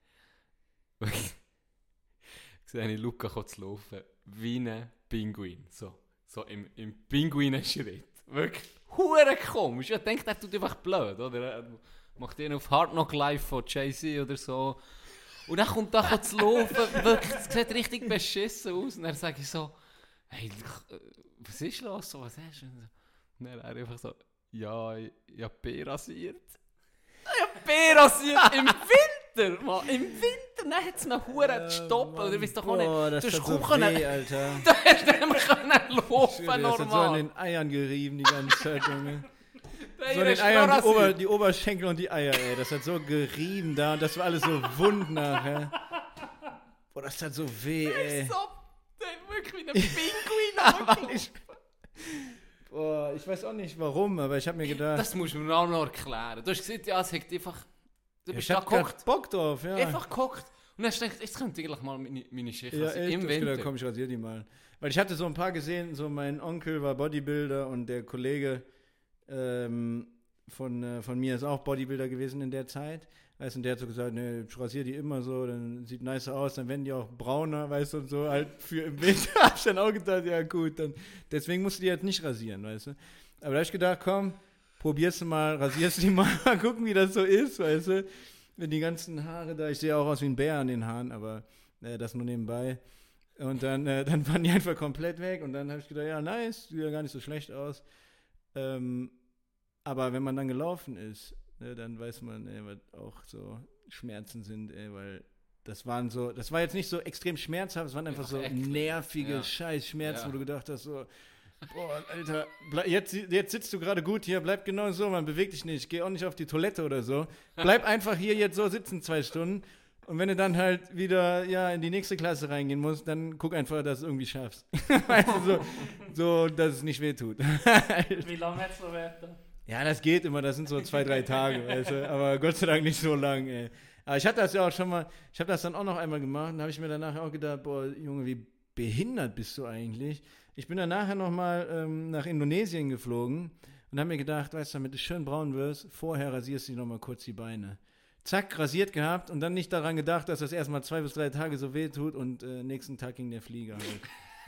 sehe ich Luca kommen zu laufen, wie ein Pinguin. So, so im, im Pinguinenschritt. Wirklich hure komisch. Ich denke, der tut einfach blöd, oder? Er macht ihn auf Hard Knock Live von Jay-Z oder so. Und dann kommt er kommen zu laufen, wirklich, es sieht richtig beschissen aus. Und dann sage ich so, hey, was ist los? So, was hast du? Und dann er einfach so, ja, ich, ich habe B rasiert. Ich habe B rasiert im Winter, Mann, im Winter. Dann hat es mich verdammt gestoppt. Oder weißt doch auch Boah, nicht, das du tut hast so kaum können- weh, Alter. da hast du nicht mehr können laufen, Das hat so an normal. den Eiern gerieben die ganze Zeit, Junge. Der So an hier den ist Eiern, noch die, Ober, rasiert. die Oberschenkel und die Eier, ey. Das hat so gerieben da und das war alles so wund nachher. Boah, das tat so weh, Der ey. ist so, der ist wirklich wie ein Pinguin angelaufen. Boah, ich weiß auch nicht warum, aber ich habe mir gedacht, Das musst du mir auch noch erklären. Du hast gesagt, ja, es hat einfach... Du ich bist da hab grad geguckt. Bock drauf, ja. Einfach geguckt. Und dann hast du gedacht, jetzt könnte ich eigentlich mal meine, meine Schicht Ja, also echt, im ich gedacht, Winter. komm, ich rasiere die mal. Weil ich hatte so ein paar gesehen, so mein Onkel war Bodybuilder und der Kollege ähm, von, äh, von mir ist auch Bodybuilder gewesen in der Zeit. Weißt du, und der hat so gesagt, ne, ich rasiere die immer so, dann sieht nicer aus, dann werden die auch brauner, weißt du, und so halt für im Winter. Hab ich dann auch gedacht, ja gut, dann deswegen musst du die jetzt nicht rasieren, weißt du. Aber da hab ich gedacht, komm, probierst du mal, rasierst die mal, mal gucken, wie das so ist, weißt du. Wenn die ganzen Haare da, ich sehe auch aus wie ein Bär an den Haaren, aber äh, das nur nebenbei. Und dann, äh, dann waren die einfach komplett weg und dann habe ich gedacht, ja, nice, sieht ja gar nicht so schlecht aus. Ähm, aber wenn man dann gelaufen ist, ne, dann weiß man, ey, was auch so Schmerzen sind, ey, weil das waren so, das war jetzt nicht so extrem schmerzhaft, es waren einfach Einfach so eklig. nervige Ja. Scheißschmerzen, Ja. wo du gedacht hast, so, boah, Alter, ble- jetzt, jetzt sitzt du gerade gut hier, bleib genau so, man bewegt dich nicht, geh auch nicht auf die Toilette oder so. Bleib einfach hier jetzt so sitzen zwei Stunden und wenn du dann halt wieder ja, in die nächste Klasse reingehen musst, dann guck einfach, dass du es irgendwie schaffst. Weißt du, so, so, dass es nicht wehtut. Wie lange hat es noch werden? Ja, das geht immer, das sind so zwei, drei Tage, weißt du, aber Gott sei Dank nicht so lang, ey. Aber ich hatte das ja auch schon mal, ich habe das dann auch noch einmal gemacht und habe ich mir danach auch gedacht, boah, Junge, wie behindert bist du eigentlich? Ich bin dann nachher nochmal ähm, nach Indonesien geflogen und habe mir gedacht, weißt du, damit du schön braun wirst, vorher rasierst du dir nochmal kurz die Beine. Zack, rasiert gehabt und dann nicht daran gedacht, dass das erstmal zwei bis drei Tage so weh tut und äh, nächsten Tag ging der Flieger halt.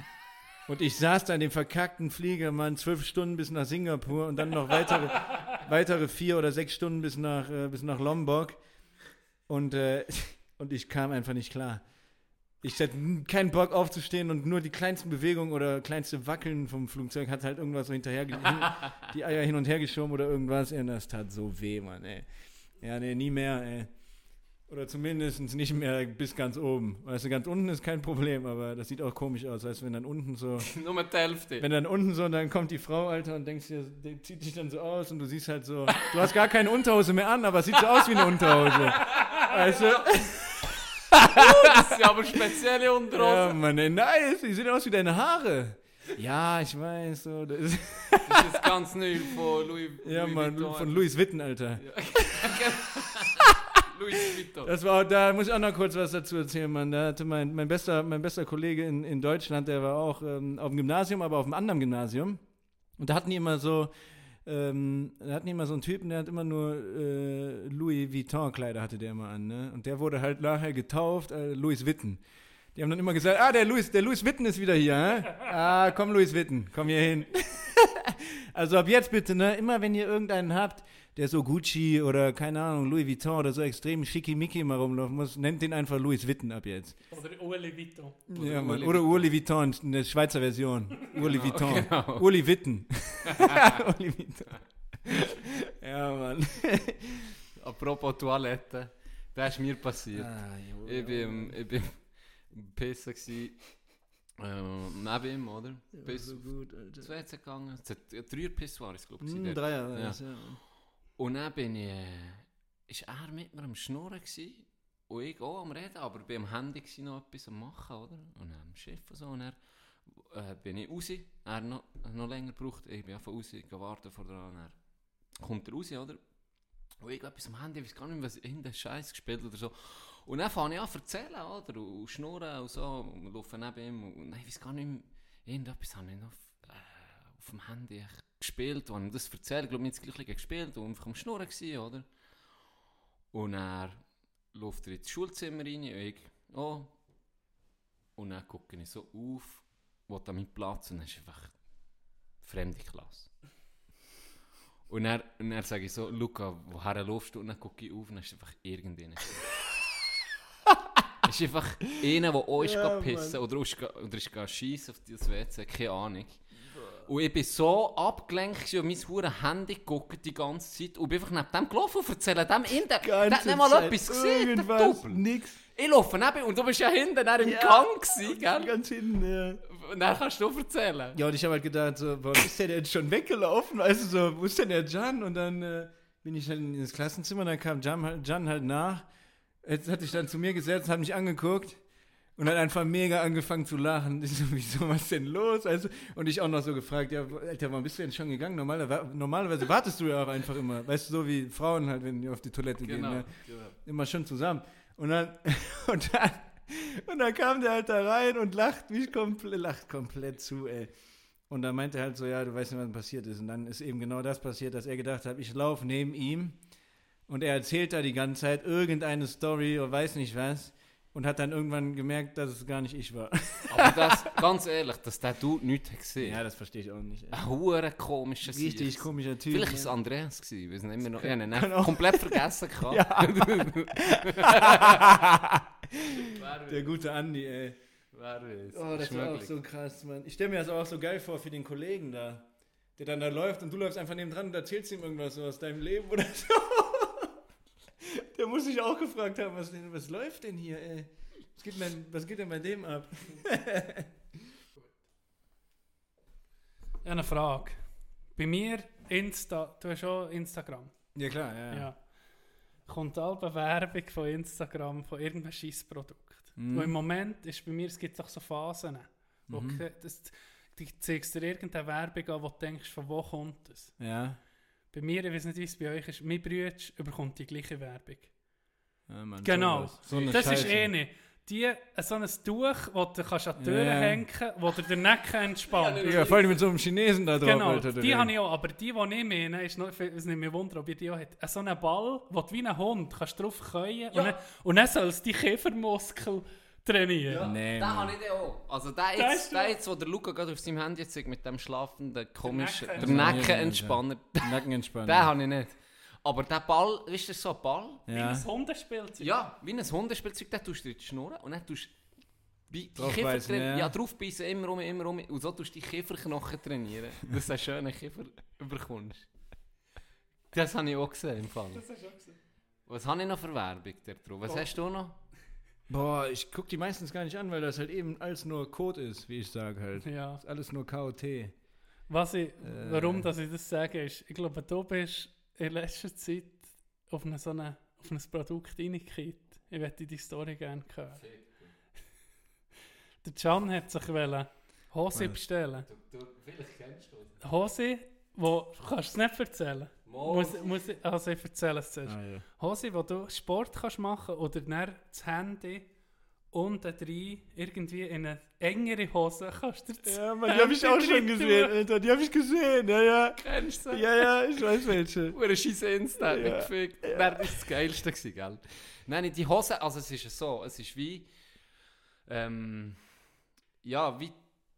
Und ich saß da in dem verkackten Flieger, Mann, zwölf Stunden bis nach Singapur und dann noch weitere, weitere vier oder sechs Stunden bis nach, äh, bis nach Lombok. Und, äh, und ich kam einfach nicht klar. Ich hatte keinen Bock aufzustehen und nur die kleinsten Bewegungen oder kleinste Wackeln vom Flugzeug hat halt irgendwas so hinterher, hin, die Eier hin und her geschoben oder irgendwas. Ey, das tat so weh, Mann, ey. Ja, nee, nie mehr, ey. Oder zumindest nicht mehr bis ganz oben. Weißt du, ganz unten ist kein Problem, aber das sieht auch komisch aus. Weißt du, wenn dann unten so, Nur mit der Hälfte. wenn dann unten so, und dann kommt die Frau, Alter, und denkst dir, die zieht dich dann so aus und du siehst halt so, du hast gar keine Unterhose mehr an, aber es sieht so aus wie eine Unterhose. Weißt du? Das sind aber spezielle Ja, Unterhosen. Mann, ey, nice, die sehen aus wie deine Haare. Ja, ich weiß, so, das ist, Das ist jetzt ganz neu von Louis, ja, Louis Mann, Vuitton. von Louis Vuitton, Alter. Louis Vuitton. Das war, da muss ich auch noch kurz was dazu erzählen, Mann. Da hatte mein, mein, bester, mein bester Kollege in, in Deutschland, der war auch ähm, auf dem Gymnasium, aber auf einem anderen Gymnasium. Und da hatten die immer so, ähm, da hatten die immer so einen Typen, der hat immer nur äh, Louis Vuitton-Kleider hatte der immer an, ne? Und der wurde halt nachher getauft, äh, Louis Vuitton. Die haben dann immer gesagt, ah, der Louis, der Louis Vuitton ist wieder hier, hä? Ah, komm Louis Vuitton, komm hier hin. Also ab jetzt bitte, ne? Immer wenn ihr irgendeinen habt, der so Gucci oder, keine Ahnung, Louis Vuitton oder so extrem schickimicki mal rumlaufen muss, nennt den einfach Louis Vuitton ab jetzt. Oder Ueli Vuitton. Ja, Mann. Uli Oder Uli Vuitton, eine Schweizer Version. Uli Vuitton. genau. Uli Vuitton. Uli Vuitton. Ja, Mann. Apropos Toilette, das ist mir passiert. Ah, Ich bin, ich bin pissen gsi, äh, neben ihm, oder? Bis so gut, Alter. ins W C gegangen. Es hat ein Dreier-Piss war es, glaube ich. Mm, dort. Dreier, Ja. ja. Ja. Und dann bin ich, äh, ist er mit mir am Schnurren gsi und ich auch am Reden, aber bei am Handy gsi noch etwas am machen, oder? Und dann am Schiff und so. Und dann äh, bin ich raus, er noch, noch länger gebraucht, ich bin einfach raus, gewartet vor dran, dann kommt er raus, oder? Und ich etwas am Handy, ich weiß gar nicht mehr, was in den Scheiß gespielt oder so. Und dann fange ich an zu erzählen, oder? Und schnurren und so, und wir laufen neben ihm und nein, ich weiß gar nicht mehr, irgendetwas habe ich noch äh, auf dem Handy echt gespielt, und ich das erzählt, ich glaube, wir haben das Gleiche gespielt und einfach am Schnurren gewesen, oder? Und er läuft er ins Schulzimmer rein, und ich, oh. Und dann gucke ich so auf, will an meinen Platz, und dann ist einfach fremde Klasse. Und dann, und dann sage ich so, Luca, woher läufst du? Und dann gucke ich auf, und dann ist einfach irgendeiner. Es ist einfach einer, der auch ist Ja, pissen oder ist, oder ist schiessen auf das W C, keine Ahnung. Und ich bin so abgelenkt und mein hure Handy geguckt die ganze Zeit und bin einfach neben dem gelaufen und erzähle dem in der, der hat nicht mal etwas gesehen, der Irgendwas, Doppel. nix. Ich laufe neben und du bist ja hinten dann im Ja. Gang gewesen, gell? Ganz hinten, ja. Und dann kannst du erzählen. Ja, und ich habe halt gedacht, so, warum ist der denn jetzt schon weggelaufen? Weißt du, so, wo ist denn der Jan? Und dann äh, bin ich dann ins Klassenzimmer, dann kam Jan halt, Jan halt nach. Jetzt hat sich dann zu mir gesetzt, hat mich angeguckt und hat einfach mega angefangen zu lachen. Ich so, wieso, was ist denn los? Also, und ich auch noch so gefragt, ja, Alter, wann bist du denn schon gegangen? Normalerweise, normalerweise wartest du ja auch einfach immer, weißt du, so wie Frauen halt, wenn die auf die Toilette Genau, gehen, ja, genau. immer schon zusammen. Und dann, und dann, und dann kam der halt da rein und lacht mich komplett, lacht komplett zu, ey. Und dann meinte er halt so, ja, du weißt nicht, was passiert ist. Und dann ist eben genau das passiert, dass er gedacht hat, ich laufe neben ihm und er erzählt da die ganze Zeit irgendeine Story oder weiß nicht was und hat dann irgendwann gemerkt, dass es gar nicht ich war. Aber das, ganz ehrlich, dass der Dude nichts hat gesehen. Ja, das verstehe ich auch nicht. Ey. Ein hure komischer Richtig Sieg. komischer Typ. Vielleicht war es ja. Andreas gewesen, wir sind immer noch, ich habe ihn Kann auch- komplett vergessen gehabt. Der gute Andi, ey. Wer weiß. Oh, das ist war auch möglich. so krass, Mann. Ich stelle mir das auch so geil vor für den Kollegen da, der dann da läuft und du läufst einfach neben dran und erzählst ihm irgendwas so aus deinem Leben oder so. Der muss sich auch gefragt haben, was, denn, was läuft denn hier, ey? Was geht denn, was geht denn bei dem ab? Ja, eine Frage. Bei mir, Insta, du hast auch Instagram. Ja, klar, ja. Ja. Kommt alle Werbung von Instagram von irgendeinem Scheissprodukt. Mhm. Und im Moment ist bei mir, es gibt doch so Phasen, wo Mhm. du, das, du zeigst dir irgendeine Werbung an, wo du denkst, von wo kommt es? Ja. Bei mir, ich weiß nicht, wie es bei euch ist, mein Bruder überkommt die gleiche Werbung. Ja, Mann, Genau. sowas. So eine Das ist Scheiße. eh nicht. Die, äh, so ein Tuch, das du kannst an die Tür Ja. hängen kannst, wo dir den Nacken entspannt. Ja, vor allem mit so einem Chinesen da drauf. Genau, Alter, die habe ich auch, aber die, die ich meine, ist noch, es nicht mehr wundern, ob ihr die auch hat. So einen Ball, wo du wie ein Hund kannst drauf können und, dann, und dann soll es die Kiefermuskel trainieren. Nee, Den Mann. habe ich dann auch. Also der Den jetzt, hast du? der jetzt, wo der Luca gerade auf seinem Handy zeigt, mit dem schlafenden, komischen, der Nacken- Nackenentspanner, Nackenentspannung. den habe ich nicht. Aber der Ball, weißt du, so ein Ball? Wie Ja. ein Hundespielzeug. Ja, wie ein Hundespielzeug, den tust du in die Schnur und dann tust du die Drauf Kiefer beißen, trainieren. ja. Ja, draufbeissen, immer rum, immer rum. Und so tust du die Kieferknochen trainieren, dass du einen schönen Kiefer bekommst. Das habe ich auch gesehen im Fall. Das hast du auch gesehen. Was habe ich noch für Werbung da drauf? Was Oh. hast du noch? Boah, ich guck die meistens gar nicht an, weil das halt eben alles nur Code ist, wie ich sage halt. Ja. Ist alles nur K O T. Was ich, Äh. warum dass ich das sage, ist, ich glaube, du bist in letzter Zeit auf eine, so eine, auf ein Produkt reingekippt. Ich möchte die Story gerne hören. Der Can hat sich wollen Hose Was? bestellen. Du, du, vielleicht kennst du das. Hose, wo kannst du es nicht erzählen? Mo, Muss, muss ich, also ich erzähle es zuerst. Ah, ja. Hose, wo du Sport kannst machen oder dann das Handy und dann rein irgendwie in eine engere Hose kannst du das Ja, Mann, die habe ich auch schon gesehen, Alter. Die habe ich gesehen, ja, ja. kennst du Ja, ja, ich weiß welche. Ure scheisse Insta, Ja. nicht gefickt. Wer ist das Geilste gewesen, gell? Nein, die Hose, also es ist so, es ist wie, ähm, ja, wie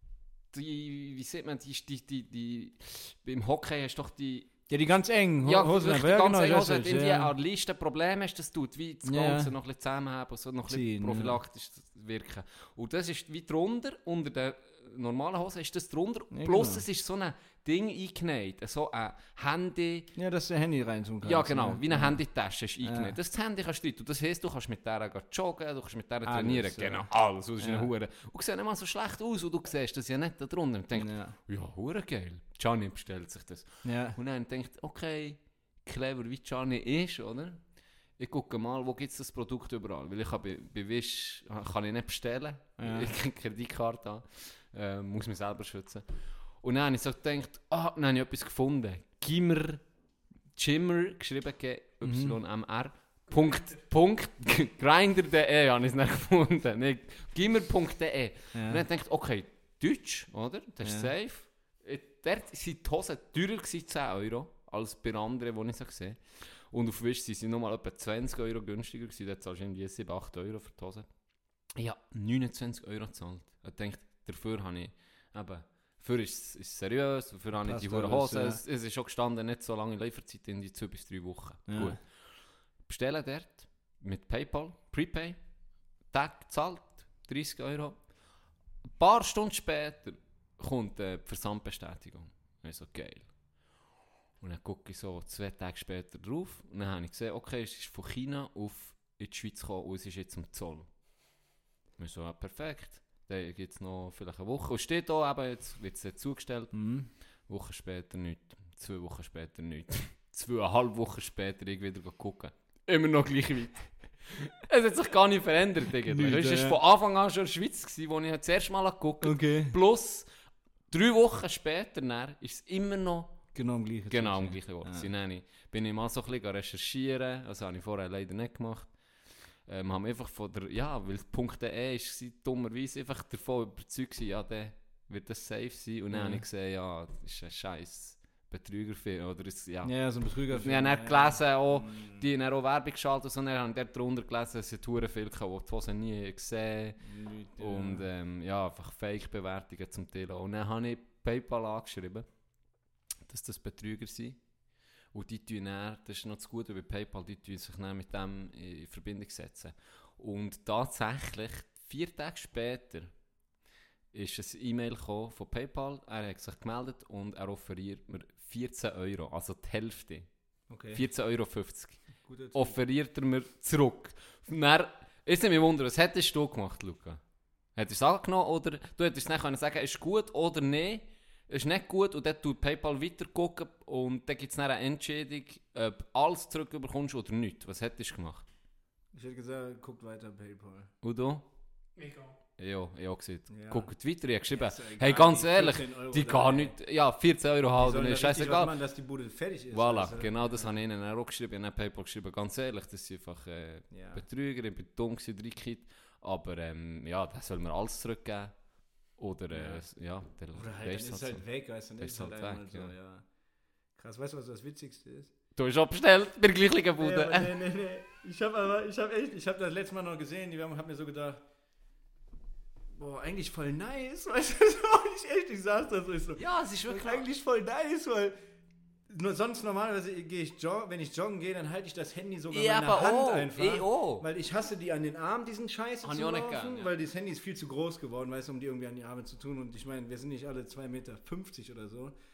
die, wie sieht man, die, die, die, die, beim Hockey hast du doch die, Ja, die ganz eng. ja, Hosen, richtig ja, ganz genau, enge ich weiß Hose, welche, die ja. an Liste Probleme hast, das tut wie das Ja. Ganze noch ein bisschen zusammenhaben und so noch ein bisschen Ziehen, ja. prophylaktisch wirken. Und das ist wie drunter, unter der normalen Hose ist das drunter, Ja, plus genau. es ist so ein Ding eingenäht, so ein Handy, Ja, dass du dein Handy rein tun kannst. ja genau, ne? wie eine Handytasche ist eingenäht. Ja. Das Handy kannst du rein tun. Das heisst, du kannst mit der gehen joggen, du kannst mit der Alles, trainieren, ja. genau, alles, das ist Ja. eine Hure. Und sieht nicht mal so schlecht aus, und du siehst das ja nicht da drunter. Und denkst, Ja. ja, Hure geil, Gianni bestellt sich das. Ja. Und dann denkt, okay, clever wie Gianni ist, oder? Ich gucke mal, wo gibt es das Produkt überall, weil ich habe bei, bei Wish, kann ich nicht bestellen, Ja. ich habe keine Kreditkarte an, äh, muss mich selber schützen. Und dann habe ich so gedacht, ah, dann habe ich etwas gefunden, Gimmer, Gimmer, geschrieben G Y M R, Punkt, Punkt, Grindr punkt de habe ich es nicht gefunden, nicht, Gimmer punkt de. Ja. Und dann dachte ich, okay, Deutsch, oder? Das ist Ja. safe. Äh, Dort sind die Hosen teurer gewesen, zehn Euro, als bei anderen, die ich so gesehen. Und auf Wish sind sie nochmal etwa zwanzig Euro günstiger gewesen. Dort zahlst du irgendwie sieben, acht Euro für die Hose. Ich habe neunundzwanzig Euro gezahlt. Ich dachte, dafür habe ich, eben, dafür ist es ist seriös, dafür habe ich Passt die hure alles, Hose. ja. Es, es ist schon gestanden, nicht so lange Lieferzeit, in die zwei bis drei Wochen. Ja. Gut. Bestellen dort mit PayPal, Prepay, Tag gezahlt, dreißig Euro. Ein paar Stunden später kommt äh, die Versandbestätigung. Ich so, geil. Und dann gucke ich so zwei Tage später drauf und dann habe ich gesehen, okay, es ist von China auf in die Schweiz gekommen und es ist jetzt im Zoll. Ich so, ja, perfekt. Dann gibt es noch vielleicht eine Woche. Und steht da eben, jetzt wird es zugestellt. Mhm. Woche später nichts. Zwei Wochen später nichts. Zweieinhalb Wochen später ich wieder gucken. Immer noch gleich weit. Es hat sich gar nicht verändert eigentlich. Nicht, Es war äh. von Anfang an schon in der Schweiz, gewesen, wo ich das erste Mal geguckt habe. Okay. Plus drei Wochen später dann, ist es immer noch Genau am gleichen genau am Zustand. gleichen Ort. Ja. Ja. Dann bin ich mal so ein bisschen recherchieren, also habe ich vorher leider nicht gemacht. Ähm, haben einfach von der, ja, weil .de ist sie dummerweise einfach davon überzeugt gewesen, ja, dann wird das safe sein. Und dann Ja. habe ich gesehen, ja, das ist ein scheiß Betrügerfilm, oder es, ja. Ja, so ein Betrüger. Ich habe dann gelesen, auch, die haben dann auch Werbung geschaltet, und dann habe ich dort drunter gelesen, dass sie Touren viel hatten, die die Hose nie gesehen Ja. und ähm, ja, einfach Fake-Bewertungen zum Teil auch. Und dann habe ich PayPal angeschrieben, dass das Betrüger sind. Und die tun dann, das ist noch das Gute bei PayPal, die tun sich dann mit dem in Verbindung setzen. Und tatsächlich, vier Tage später, ist ein E-Mail gekommen von PayPal, er hat sich gemeldet und er offeriert mir vierzehn Euro, also die Hälfte. Okay. vierzehn Euro fünfzig. Guter Typ. Offeriert er mir zurück. Dann, ist nicht mich wundern, was hättest du gemacht, Luca? Hättest du es angenommen oder du hättest nicht können sagen, ist gut oder nein? Ist nicht gut und dann tut PayPal weiter gucken und dann gibt es eine Entscheidung, ob alles zurückbekommst oder nicht. Was hättest du gemacht? Ich hätte gesagt, guckt weiter PayPal. Und du? Egal. Ja, ich habe gesagt, Ja. guckt weiter. Ich habe geschrieben, Ist ja egal, hey, ganz die ehrlich, vierzehn Euro die da, gar ey. nicht, ja, vierzehn Euro Die halten, sollen ist da richtig was scheißegal. machen, dass die Bude fertig ist. Voilà, also. genau das habe ich ihnen auch geschrieben. Ich habe PayPal geschrieben, ganz ehrlich, das sind einfach äh, Ja. Betrüger, ich bin dumm gewesen, Dreckit. Aber ähm, ja, das soll mir alles zurückgeben. Oder äh, ja, der Oder halt, der dann ist es so. halt weg, weißt du, dann Der ist ist es halt halt einmal weg, so, ja. ja. Krass, weißt du, was das Witzigste ist? Du hast abbestellt, bei der gleichen Nee, Bude. aber nee, nee, nee. Ich hab aber, ich hab echt, ich hab das letzte Mal noch gesehen, die haben, hab mir so gedacht, boah, eigentlich voll nice, weißt du, so, ich echt, ich saß da so, ich so, Ja, es ist das ist wirklich... eigentlich voll nice, weil nur sonst normalerweise gehe ich joggen, wenn ich joggen gehe, dann halte ich das Handy sogar Ja, in meiner aber Hand auch, einfach. ich auch. Weil ich hasse die an den Armen, diesen Scheiße Hab zu ich auch nicht laufen, gern, ja. weil das Handy ist viel zu groß geworden, weißt du, um die irgendwie an die Arme zu tun. Und ich meine, wir sind nicht alle zwei Meter fünfzig oder so.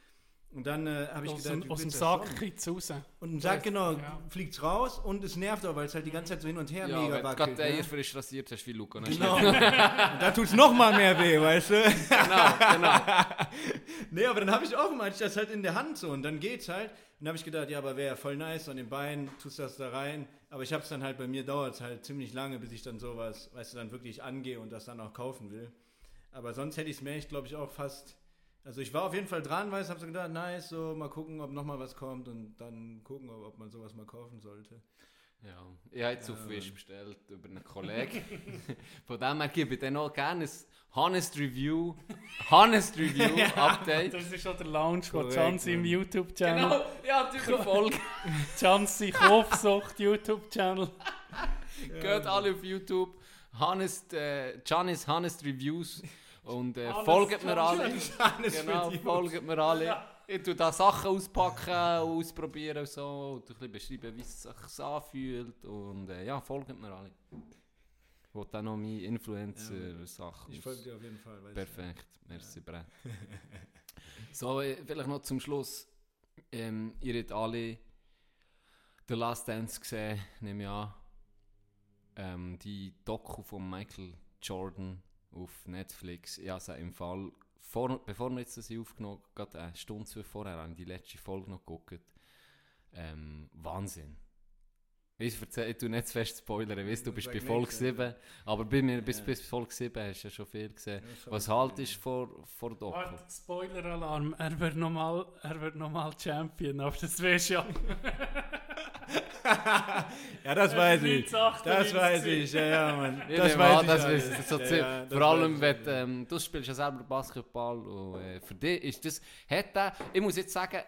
Und dann äh, habe ich Aus, gedacht, dem, wie aus dem willst du das Sack sonst? kriegt es raus. Und im Sack, genau, Ja. fliegt's raus und es nervt auch, weil es halt die ganze Zeit so hin und her Ja, mega wenn du wackelt. gerade Eier Ne? frisch rasiert hast wie Luca. dann Genau. ist Und da tut's noch mal mehr weh, weißt du? Genau, genau. Nee, aber dann habe ich auch mal das halt in der Hand so und dann geht's halt. Und dann habe ich gedacht, ja, aber wäre voll nice, an den Beinen tust das da rein. Aber ich habe es dann halt, bei mir dauert es halt ziemlich lange, bis ich dann sowas, weißt du, dann wirklich angehe und das dann auch kaufen will. Aber sonst hätte ich es mir echt, glaube ich, auch fast... Also ich war auf jeden Fall dran, weil ich habe so gedacht, nice, so mal gucken, ob nochmal was kommt und dann gucken, ob, ob man sowas mal kaufen sollte. Ja, ich habe jetzt auf Wish bestellt über einen Kollegen. Von dem her gebe ich dann auch gerne ein Honest Review, Honest Review Update. Das ist schon der Launch von Korrekt, Chansi im Mann. YouTube-Channel. Genau, ja, natürlich Folge. Chansi Kaufsucht YouTube-Channel. Geht alle auf YouTube. Honest, äh, Giannis Honest Reviews. Und äh, Honest folgt mir alle. Alles Genau, für die folgt mir alle. Ich tue da Sachen auspacken, ausprobieren und so. Und ein bisschen beschreiben, wie es sich anfühlt. Und äh, ja, folgt mir alle. Ich will dann noch meine Influencer-Sachen. Ich folge dir auf jeden Fall. Weißt Perfekt, merci, Brett. So, äh, vielleicht noch zum Schluss. Ähm, ihr habt alle The Last Dance gesehen, nehme ich an. Ähm, die Doku von Michael Jordan auf Netflix. Ich habe sie im Fall, vor, bevor wir jetzt das hier aufgenommen haben, gerade eine Stunde zwei vorher, habe ich die letzte Folge noch geguckt. Ähm, Wahnsinn. Ich erzähle, ich tue nicht zu fest spoilern, ich weiss, du bist Sag bei nichts, Folge ja. sieben, aber bei mir, bis, Ja. bis Folge sieben hast du ja schon viel gesehen. Ja, schon Was viel, haltest du ja. vor, vor Doku? Warte, Spoiler-Alarm. Er wird nochmal noch Champion, aber das weisst du ja. Ja, das weiß ich. neunzehnhundertachtundneunzig Das weiß ich, ja, ja, Mann. Ich Das nehme weiß an, ich das alles. wissen so Ja, ziemlich. ja, das Vor allem, weiß wenn ich. ähm, du spielst ja selber Basketball und äh, für dich ist das, hat der, ich muss jetzt sagen,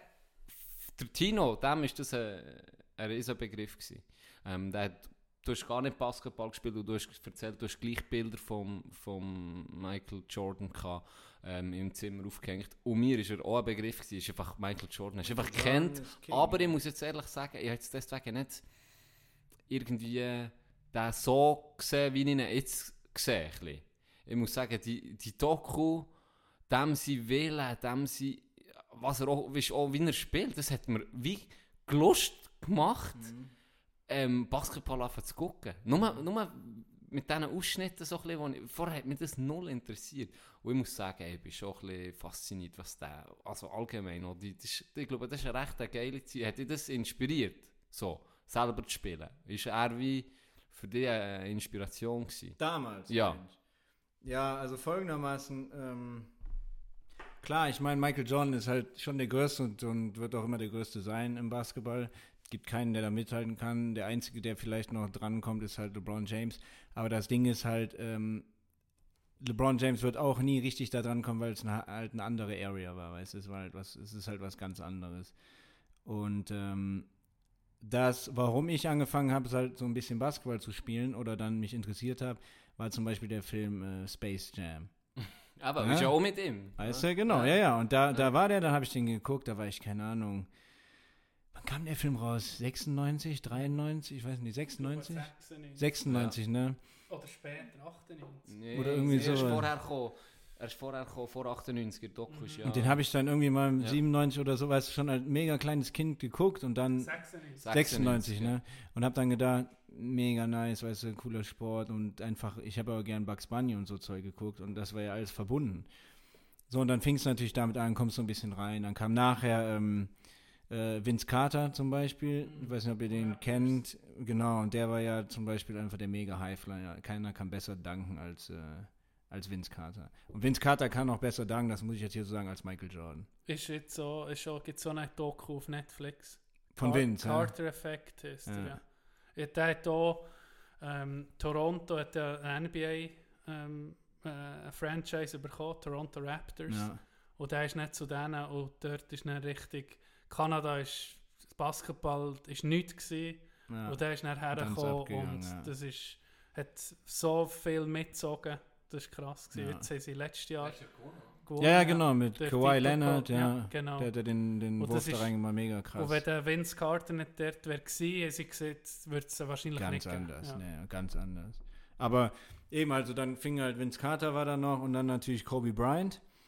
der Tino, dem ist das ein, ein riesen Begriff gewesen. Ähm, der hat, du hast gar nicht Basketball gespielt und du hast erzählt, du hast gleich Bilder vom, vom Michael Jordan gehabt, ähm, im Zimmer aufgehängt. Und mir ist er auch ein Begriff gewesen, ist einfach Michael Jordan, hast einfach Jordan kennt. ist King. Aber ich muss jetzt ehrlich sagen, ich habe jetzt deswegen nicht irgendwie den so gesehen, wie ich ihn jetzt sehe. ein bisschen. Ich muss sagen, die, die Doku, dem sie wählen, dem sie, was er auch, weißt, auch, wie er spielt, das hat mir wie Lust gemacht, Mhm. ähm, Basketball anfangen zu gucken. Nur, nur mit diesen Ausschnitten, so ein bisschen, wo ich, vorher hat mich das null interessiert. Und ich muss sagen, ich bin schon ein bisschen fasziniert, was der, also allgemein, auch die, das, ich glaube, das ist eine recht geile Zeit. Hat dich das inspiriert, so, selber zu spielen? Ist er wie für dich eine Inspiration gewesen? Damals? Ja. Mensch. Ja, also folgendermaßen, ähm, klar, ich meine, Michael Jordan ist halt schon der Größte und, und wird auch immer der Größte sein im Basketball. Es gibt keinen, der da mithalten kann. Der Einzige, der vielleicht noch drankommt, ist halt LeBron James. Aber das Ding ist halt, ähm, LeBron James wird auch nie richtig da dran kommen, weil es eine, halt eine andere Area war, weißt du, es war halt was, es ist halt was ganz anderes. Und ähm, das, warum ich angefangen habe, halt so ein bisschen Basketball zu spielen oder dann mich interessiert habe, war zum Beispiel der Film äh, Space Jam. Aber Ja. ist ja auch mit ihm. Weißt du, genau, ja, ja. Und da, da war der, da habe ich den geguckt, da war ich, keine Ahnung, wann kam der Film raus? sechsundneunzig, dreiundneunzig, ich weiß nicht, sechsundneunzig? sechsundneunzig, ne? Oder später, achtundneunzig. Nee, Oder irgendwie er ist so. vorher gekommen. Er ist vorher gekommen, vor achtundneunzig, der Doku ist ja... Und den habe ich dann irgendwie mal Ja. siebenundneunzig oder so, weißt du, schon als mega kleines Kind geguckt und dann sechsundneunzig. sechsundneunzig, ne? Und habe dann gedacht, mega nice, weißt du, cooler Sport und einfach, ich habe aber gern Bugs Bunny und so Zeug geguckt und das war ja alles verbunden. So, und dann fing es natürlich damit an, kommst du ein bisschen rein. Dann kam nachher ähm, äh, Vince Carter zum Beispiel, ich weiß nicht, ob ihr den kennt, genau, und der war ja zum Beispiel einfach der mega Highflyer. Keiner kann besser danken als, äh, als Vince Carter. Und Vince Carter kann auch besser danken, das muss ich jetzt hier so sagen, als Michael Jordan. Ist jetzt so, ist schon, gibt so eine Doku auf Netflix. Von Car- Vince, ja. Carter Effect ist Ja. der, ja. Ja, der hat auch, ähm, Toronto hat ja eine N B A ähm, äh, eine Franchise bekommen, Toronto Raptors. Ja. Und der ist nicht zu denen und dort ist nicht richtig, Kanada ist, das Basketball ist nichts gewesen. Ja. Und der ist nachher Ganz hergekommen abgegangen, und ja. das ist, hat so viel mitgezogen. Das ist krass gewesen. Ja. Jetzt haben sie letztes Jahr gewonnen. Ja, ja, genau, mit Der Kawhi Tito Leonard, Ko- ja, ja, genau. der hat den, den Und Wurf das da ist- reingemacht, mega krass. Und wenn der Vince Carter nicht dort wäre gewesen, haben sie gesagt, würde es wahrscheinlich Ganz nicht geben. anders, Ja. ne, ganz anders. Aber eben, also dann fing halt Vince Carter war da noch und dann natürlich Kobe Bryant.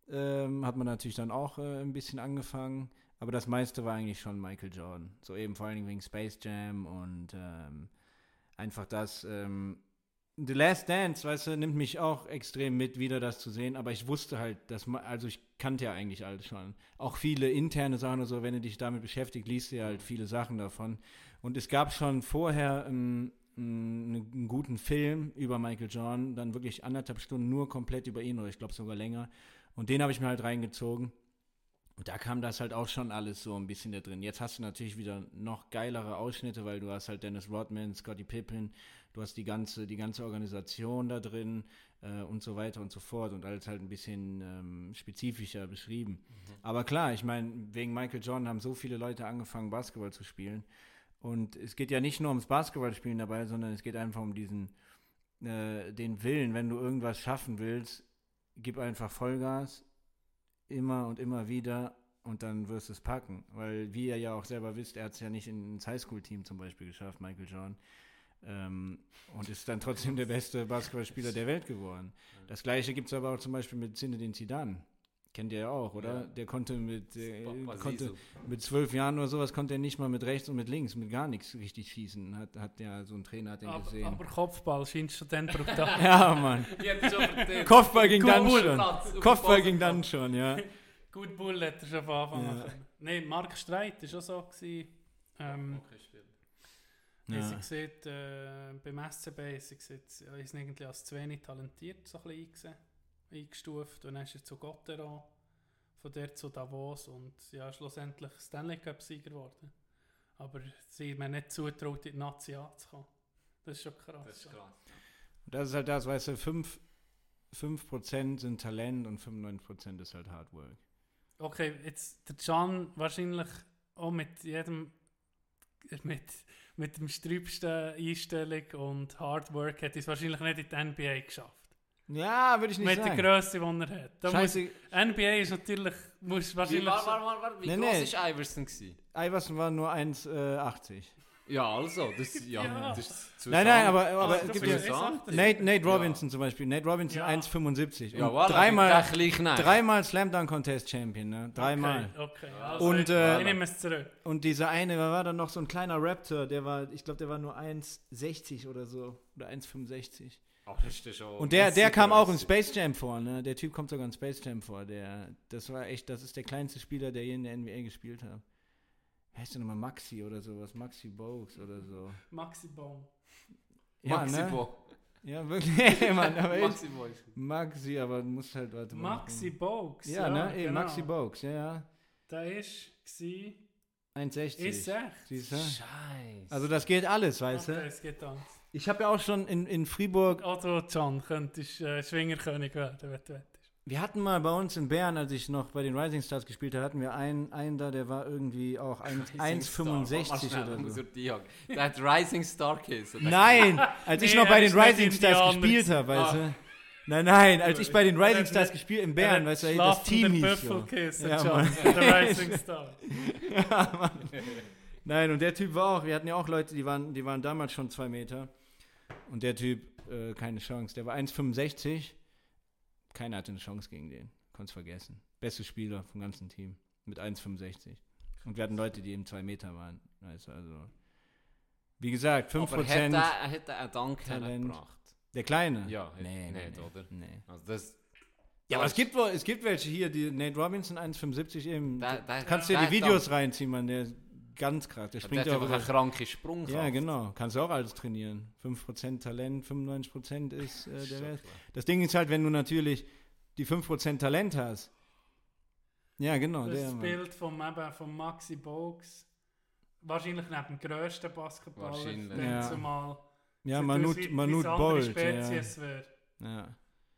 ähm, hat man natürlich dann auch äh, ein bisschen angefangen. Aber das meiste war eigentlich schon Michael Jordan. So eben vor allen Dingen wegen Space Jam und ähm, einfach das. Ähm, The Last Dance, weißt du, nimmt mich auch extrem mit, wieder das zu sehen. Aber ich wusste halt, dass ma- also ich kannte ja eigentlich alles schon. Auch viele interne Sachen und so, wenn du dich damit beschäftigt, liest du ja halt viele Sachen davon. Und es gab schon vorher ähm, einen, einen guten Film über Michael Jordan, dann wirklich anderthalb Stunden nur komplett über ihn, oder ich glaube sogar länger. Und den habe ich mir halt reingezogen. Und da kam das halt auch schon alles so ein bisschen da drin. Jetzt hast du natürlich wieder noch geilere Ausschnitte, weil du hast halt Dennis Rodman, Scottie Pippen, du hast die ganze, die ganze Organisation da drin äh, und so weiter und so fort und alles halt ein bisschen ähm, spezifischer beschrieben. Mhm. Aber klar, ich meine, wegen Michael Jordan haben so viele Leute angefangen, Basketball zu spielen. Und es geht ja nicht nur ums Basketballspielen dabei, sondern es geht einfach um diesen, äh, den Willen, wenn du irgendwas schaffen willst, gib einfach Vollgas, immer und immer wieder und dann wirst du es packen. Weil, wie ihr ja auch selber wisst, er hat es ja nicht ins Highschool-Team zum Beispiel geschafft, Michael Jordan. Ähm, und ist dann trotzdem der beste Basketballspieler der Welt geworden. Das gleiche gibt es aber auch zum Beispiel mit Zinedine Zidane. Kennt ihr ja auch, oder? Ja. Der konnte mit äh, konnte mit zwölf Jahren oder sowas, konnte er nicht mal mit rechts und mit links, mit gar nichts richtig schießen. Hat, hat ja so ein Trainer hat den aber, gesehen. Aber Kopfball scheint schon dann brutal. Ja, Mann. Kopfball ging dann schon. Kopfball ging dann schon, ja. Gut Bull hat er schon von Anfang an. Ja. Nein, Marc Streit war schon so. Gewesen, ähm, ja. Sie sieht, äh, beim S C B ist er irgendwie als zu wenig talentiert so ein bisschen eingestuft und dann ist er zu Gotteron, von der zu Davos und ja, schlussendlich Stanley Cup-Sieger geworden. Aber sie haben mir nicht zutraut, in die Nazi anzukommen. Das ist schon krass. Das ist krass. Und das ist halt das, weißt du, fünf Prozent sind Talent und fünfundneunzig Prozent ist halt Hard Work. Okay, jetzt der Can wahrscheinlich auch mit jedem mit, mit dem sträubsten Einstellung und Hard Work hat es wahrscheinlich nicht in die N B A geschafft. Ja, würde ich nicht mit sagen. Mit der Grösse, die er hat. Da muss, N B A ist natürlich, muss wahrscheinlich... Wie, war, war, war, war, wie nee, groß war nee. Iverson? Gewesen? Iverson war nur eins Komma achtzig. Ja, also, das, ja, ja. das ist zu Nein, nein, aber, aber ah, es gibt ja Nate, Nate Robinson ja. zum Beispiel. Nate Robinson ja. eins Komma fünfundsiebzig. Ja, voilà, dreimal, dreimal Slam Dunk Contest Champion, ne? Dreimal. Okay, okay. Also und, äh, ich nehme es zurück. Und dieser eine, war dann noch so ein kleiner Raptor, der war, ich glaube, der war nur eins Komma sechzig oder so. Oder eins Komma fünfundsechzig. Ach, das ist schon und der, der kam auch in Space Jam vor, ne? Der Typ kommt sogar in Space Jam vor. Der, das war echt, das ist der kleinste Spieler, der je in der N B A gespielt hat. Heißt der nochmal Maxi oder sowas? Maxi Bogues oder so. Maxi Bone. Ja, Maxi ne? Bo. Ja, wirklich, Mann. Aber Maxi Bogues. Maxi, aber du musst halt, warte mal. Maxi Bogues. Ja, ja, ne? Eben, genau. Maxi Bogues, ja, ja. Da ist gsi eins Komma sechzig. Ist echt? Siehst du? Scheiße. Also das geht alles, weißt okay, du? Es geht alles. Ich habe ja auch schon in, in Fribourg... Otto Can, könntest äh, Schwingerkönig werden, wenn du wettest. Wir hatten mal bei uns in Bern, als ich noch bei den Rising Stars gespielt habe, hatten wir einen, einen da, der war irgendwie auch eins Komma fünfundsechzig oder so. Der hat Rising Star Kiss. Nein, als ich nee, noch bei den Rising Stars gespielt habe, weißt du. Ah. Nein, nein, als ich bei den Rising Stars gespielt in Bern, weißt du, das Team hieß so. Ja, Mann. Der Rising Star. Ja, Mann. Nein, und der Typ war auch, wir hatten ja auch Leute, die waren, die waren damals schon zwei Meter. Und der Typ, äh, keine Chance. Der war eins Komma fünfundsechzig. Keiner hatte eine Chance gegen den. Konnt's vergessen. Beste Spieler vom ganzen Team. Mit eins Komma fünfundsechzig. Und wir hatten Leute, die eben zwei Meter waren. Also, also wie gesagt, fünf Prozent. Aber hätte er, hätte er einen Dank gebracht? Der Kleine? Ja, nee, nee, nicht, nee, oder? Nee. Also das, ja, aber es gibt, es gibt welche hier, die Nate Robinson eins Komma fünfundsiebzig eben. Da, da, kannst du dir da, die Videos da, reinziehen, man. Der ganz krass. Der springt ja auch einen kranken Sprung. Ja, genau. Kannst du auch alles trainieren. fünf Prozent Talent, fünfundneunzig Prozent ist äh, der Rest. Das Ding ist halt, wenn du natürlich die fünf Prozent Talent hast. Ja, genau. Das der, Bild vom, eben, vom Maxi Bogues. Wahrscheinlich neben dem grössten Basketballer. Wahrscheinlich. Ja, ja. Mal ja Manut, Manut Bolt. Spezies Ja. Wäre. Ja.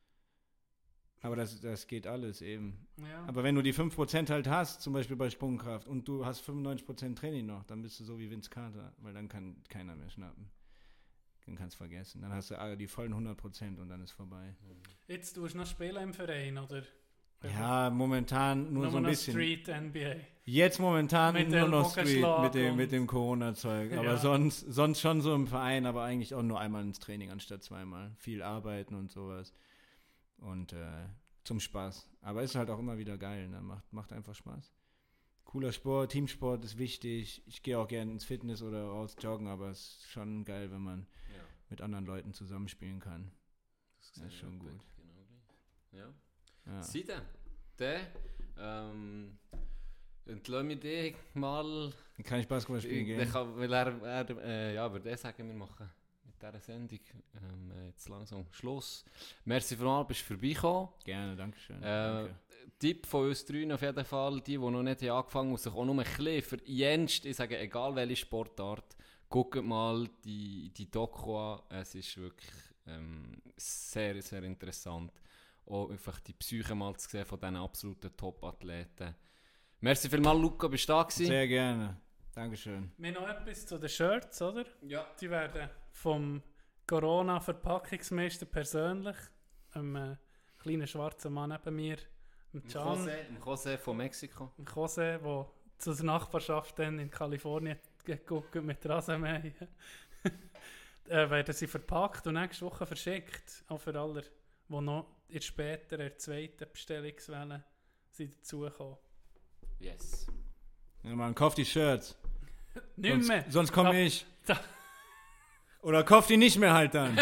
Aber das, das geht alles eben. Ja. Aber wenn du die fünf Prozent halt hast, zum Beispiel bei Sprungkraft, und du hast fünfundneunzig Prozent Training noch, dann bist du so wie Vince Carter, weil dann kann keiner mehr schnappen. Dann kannst du vergessen. Dann hast du die vollen hundert Prozent und dann ist vorbei. Jetzt tust du noch spielen im Verein, oder? Ja, momentan nur, nur so ein bisschen. Street N B A. Jetzt momentan mit nur noch Street mit dem, mit dem Corona-Zeug. Aber ja. sonst, sonst schon so im Verein, aber eigentlich auch nur einmal ins Training anstatt zweimal. Viel arbeiten und sowas. Und äh, zum Spaß. Aber ist halt auch immer wieder geil, ne? macht, macht einfach Spaß. Cooler Sport, Teamsport ist wichtig. Ich gehe auch gerne ins Fitness oder raus joggen, aber es ist schon geil, wenn man Ja. mit anderen Leuten zusammenspielen kann. Das Das ist schon gut. Genau gleich. Ja. Ja. Seite. Der, ähm, entlass mich dich mal. Dann kann ich Basketball spielen Der gehen. kann, weil er, er äh, ja, aber das sagen wir machen mit dieser Sendung ähm, äh, jetzt langsam Schluss. Merci für mal, bist du vorbeigekommen. Gerne, danke schön. Äh, danke. Tipp von uns dreien auf jeden Fall, die, die noch nicht haben angefangen haben, und sich auch nur ein bisschen für jenst, ich sage, egal welche Sportart, guckt mal die, die Doku an. Es ist wirklich ähm, sehr, sehr interessant. Auch einfach die Psyche mal zu sehen von diesen absoluten Top-Athleten. Merci vielmals, Luca, bist du da gewesen? Sehr gerne. Dankeschön. Wir haben noch etwas zu den Shirts, oder? Ja. Die werden vom Corona-Verpackungsmeister persönlich, einem äh, kleinen schwarzen Mann neben mir, dem Im Can, José, im José von Mexiko. dem Jose, der zur Nachbarschaft dann in Kalifornien geguckt mit Rasenmähen, äh, werden sie verpackt und nächste Woche verschickt. Auch für alle, die noch in später, zweiten Bestellungswelle sind dazugekommen. Yes. Ja, man, kauf die Shirts. Nicht Sonst, mehr! sonst komme Da- ich. da- Oder kauf die nicht mehr halt dann. Nein,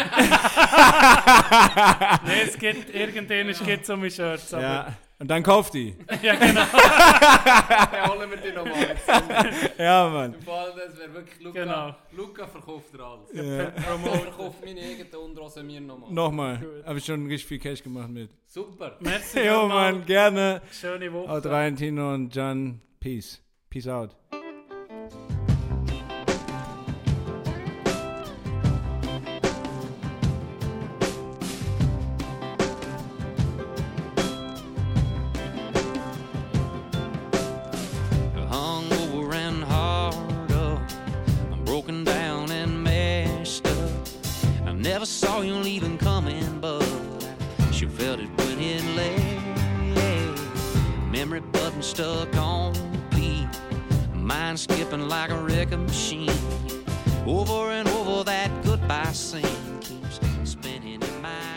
es gibt, irgendwann gibt es um die Shirts, aber Ja, und dann kauf die. ja genau. Dann holen wir die nochmal. Ja, Mann. Im Fall, das wäre wirklich Luca. Genau. Luca verkauft dir alles. Ja. Luca verkauft meine eigene Unterhose mir nochmal. Nochmal. Gut. Habe ich schon richtig viel Cash gemacht mit. Super. Merci Jo, vielmals. Mann, gerne. Schöne Woche. Haut rein, Tino und Can. Peace. Peace out. Hungover and hard up, I'm broken down and messed up. I never saw you leaving coming, but I sure felt it when it left. Memory button stuck on repeat, mind skipping like a wrecking machine. Over and over that goodbye scene keeps spinning in my